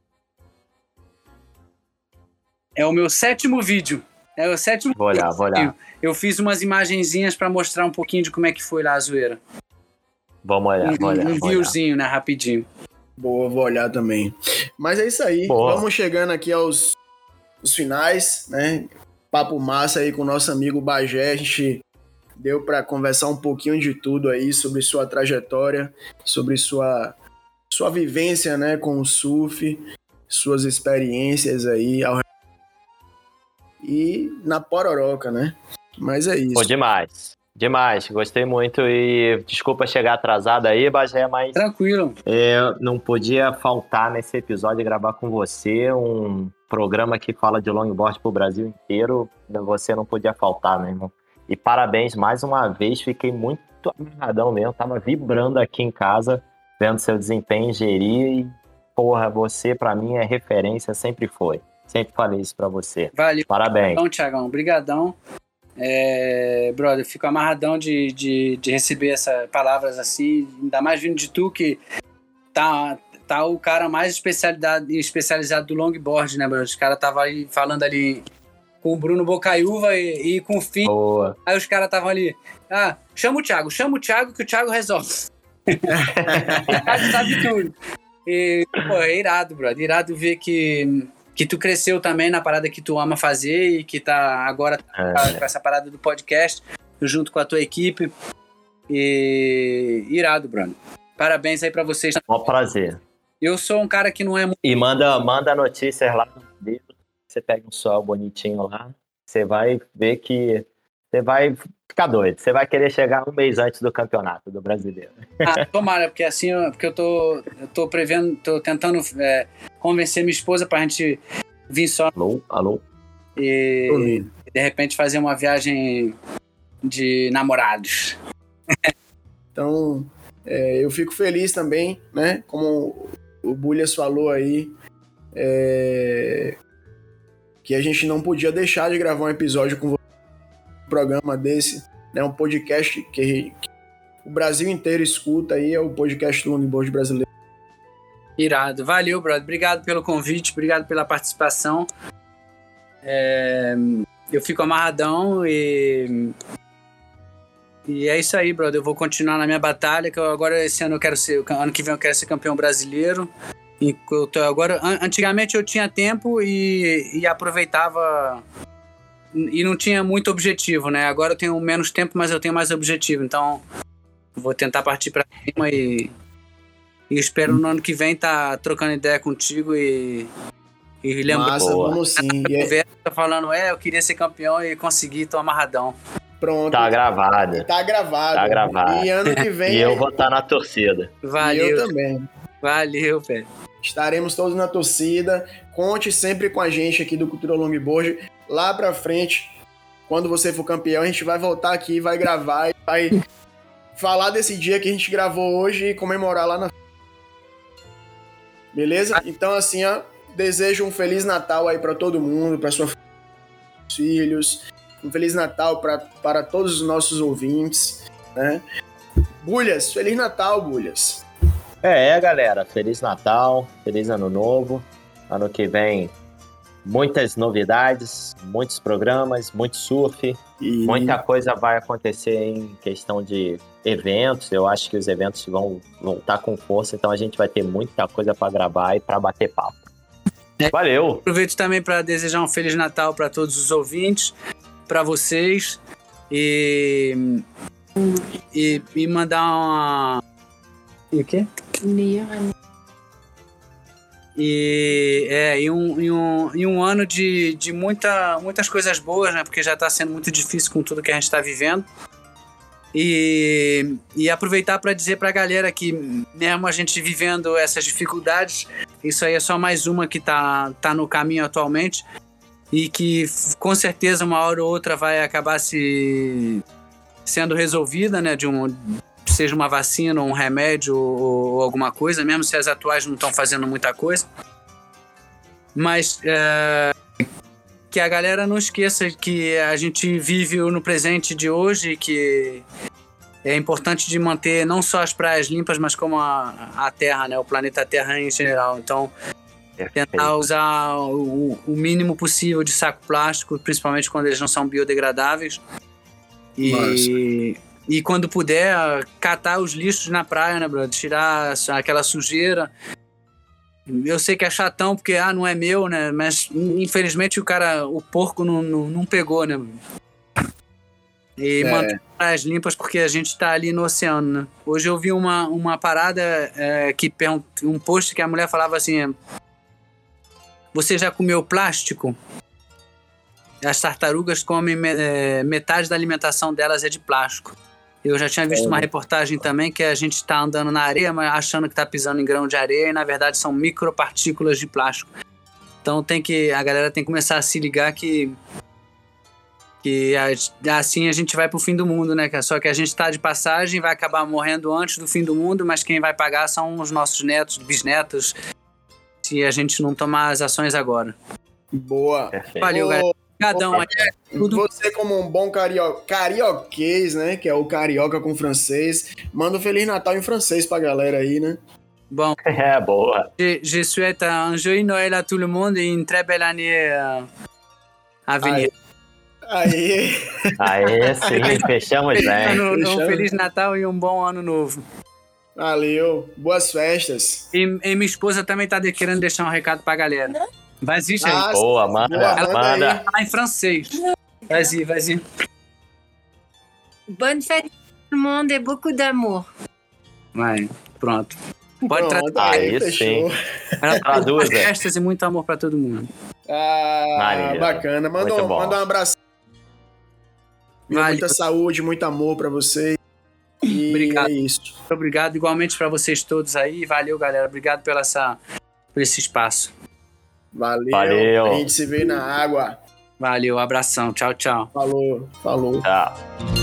É o meu sétimo vídeo. É o sétimo Vou olhar, vou olhar. Eu fiz umas imagenzinhas pra mostrar um pouquinho de como é que foi lá a zoeira. Vamos olhar, um, vamos olhar. Um viewzinho, né? Rapidinho. Boa, vou olhar também. Mas é isso aí. Boa. Vamos chegando aqui aos os finais, né? Papo massa aí com o nosso amigo Bagé. A gente deu para conversar um pouquinho de tudo aí sobre sua trajetória, sobre sua, sua vivência, né, com o surf, suas experiências aí ao... e na Pororoca, né? Mas é isso. Pô, demais. Demais, gostei muito e desculpa chegar atrasado aí, Bagé, mas... Tranquilo. É, não podia faltar nesse episódio gravar com você um programa que fala de longboard pro Brasil inteiro, você não podia faltar, né, irmão? E parabéns mais uma vez, fiquei muito amarradão mesmo, tava vibrando aqui em casa, vendo seu desempenho em Jeri e, porra, você pra mim é referência, sempre foi. Sempre falei isso pra você. Valeu. Parabéns. Então, Thiagão, brigadão. É, brother, fico amarradão de, de, de receber essas palavras assim, ainda mais vindo de tu que tá, tá o cara mais especializado, especializado do longboard, né, brother? Os caras estavam aí falando ali com o Bruno Bocaiúva e, e com o Fim. Boa. Aí os caras estavam ali, ah, chama o Thiago, chama o Thiago que o Thiago resolve. O Thiago sabe tudo. E, pô, é irado, brother, irado ver que que tu cresceu também na parada que tu ama fazer e que tá agora é. com essa parada do podcast, junto com a tua equipe. E irado, Bruno. Parabéns aí pra vocês. Um prazer. Eu sou um cara que não é muito... E manda, manda notícias lá no dedo. Você pega um sol bonitinho lá, você vai ver que você vai ficar doido. Você vai querer chegar um mês antes do campeonato do brasileiro. Ah, tomara, porque assim, porque eu tô, eu tô prevendo, tô tentando é, convencer minha esposa pra gente vir só. Alô, alô. E de repente fazer uma viagem de namorados. Então, é, eu fico feliz também, né? Como o Bulhas falou aí, é, que a gente não podia deixar de gravar um episódio com você. Programa desse, né, um podcast que, que o Brasil inteiro escuta aí, é o podcast do longboard brasileiro. Irado, valeu, brother, obrigado pelo convite, obrigado pela participação, é, eu fico amarradão e e é isso aí, brother, eu vou continuar na minha batalha, que eu, agora esse ano eu quero ser, ano que vem eu quero ser campeão brasileiro, e eu tô, agora, antigamente eu tinha tempo e, e aproveitava e não tinha muito objetivo, né? Agora eu tenho menos tempo, mas eu tenho mais objetivo. Então, vou tentar partir pra cima e, e espero no ano que vem estar tá trocando ideia contigo e, e lembrando. Massa, vamos sim. Yeah. Tá falando, é, eu queria ser campeão e consegui, tô amarradão. Pronto. Tá gravado. Tá gravado. Tá gravado. E ano que vem... E eu vou estar tá na torcida. Valeu. E eu também. Valeu, velho. Estaremos todos na torcida. Conte sempre com a gente aqui do Cultura Longboard. Lá pra frente, quando você for campeão, a gente vai voltar aqui, vai gravar e vai falar desse dia que a gente gravou hoje e comemorar lá na... Beleza? Então, assim, ó, desejo um Feliz Natal aí pra todo mundo, pra seus filhos. Um Feliz Natal pra, para todos os nossos ouvintes, né? Bulhas, Feliz Natal, Bulhas. É, galera, Feliz Natal, Feliz Ano Novo. Ano que vem, muitas novidades, muitos programas, muito surf. E... muita coisa vai acontecer em questão de eventos. Eu acho que os eventos vão voltar com força, então a gente vai ter muita coisa para gravar e para bater papo. Valeu! Aproveito também para desejar um Feliz Natal para todos os ouvintes, para vocês, e, e, e mandar uma... E o quê? E, é, e, um, e, um, e um ano de, de muita, muitas coisas boas, né? Porque já está sendo muito difícil com tudo que a gente está vivendo. E, e aproveitar para dizer para a galera que, mesmo a gente vivendo essas dificuldades, isso aí é só mais uma que tá, tá no caminho atualmente e que com certeza uma hora ou outra vai acabar se sendo resolvida, né, de um, seja uma vacina ou um remédio ou, ou alguma coisa, mesmo se as atuais não estão fazendo muita coisa. Mas é, que a galera não esqueça que a gente vive no presente de hoje, que é importante de manter não só as praias limpas, mas como a, a Terra, né? O planeta Terra em geral. Então, Perfeito. Tentar usar o, o mínimo possível de saco plástico, principalmente quando eles não são biodegradáveis. E, e quando puder, catar os lixos na praia, né, brother? Tirar aquela sujeira. Eu sei que é chatão, porque ah, não é meu, né? Mas infelizmente o cara, o porco não, não, não pegou, né? E é. manter as praias limpas, porque a gente tá ali no oceano, né? Hoje eu vi uma, uma parada é, que um post que a mulher falava assim: você já comeu plástico? As tartarugas comem é, metade da alimentação delas é de plástico. Eu já tinha visto é. uma reportagem também que a gente está andando na areia, mas achando que está pisando em grão de areia, e na verdade são micropartículas de plástico. Então tem que, a galera tem que começar a se ligar que, que a, assim a gente vai pro fim do mundo, né? Só que a gente está de passagem, vai acabar morrendo antes do fim do mundo, mas quem vai pagar são os nossos netos, bisnetos, se a gente não tomar as ações agora. Boa. Perfeito. Valeu, galera. Obrigadão. Tudo... Você, como um bom cario... carioquês, né? Que é o carioca com francês, manda um Feliz Natal em francês pra galera aí, né? Bon. É, boa. Je, je souhaite un joyeux Noël à tout le monde et une très belle année euh, à venir. Aí. Aí sim, fechamos feliz bem. Ano, Fechamos. Um Feliz Natal e um bom ano novo. Valeu. Boas festas. E, e minha esposa também tá de, querendo deixar um recado pra galera. Vas-y, gente. Ah, boa, manda. boa, manda. manda Ah, em francês. Vas-y, vas-y. Bonne fête à tout le monde et beaucoup d'amour. Vai, pronto. Pode Pronto, tratar. aí, Aí fechou. Traduz, Boas festas e muito amor pra todo mundo. Ah, Maria. bacana. Manda Muito um, bom. manda um abraço. Valeu. Muita saúde, muito amor pra você. E Obrigado. é isso. Muito obrigado, igualmente pra vocês todos aí. Valeu, galera. Obrigado pela essa, por esse espaço. Valeu. Valeu. A gente se vê na água. Valeu, abração. Tchau, tchau. Falou, falou. Tchau.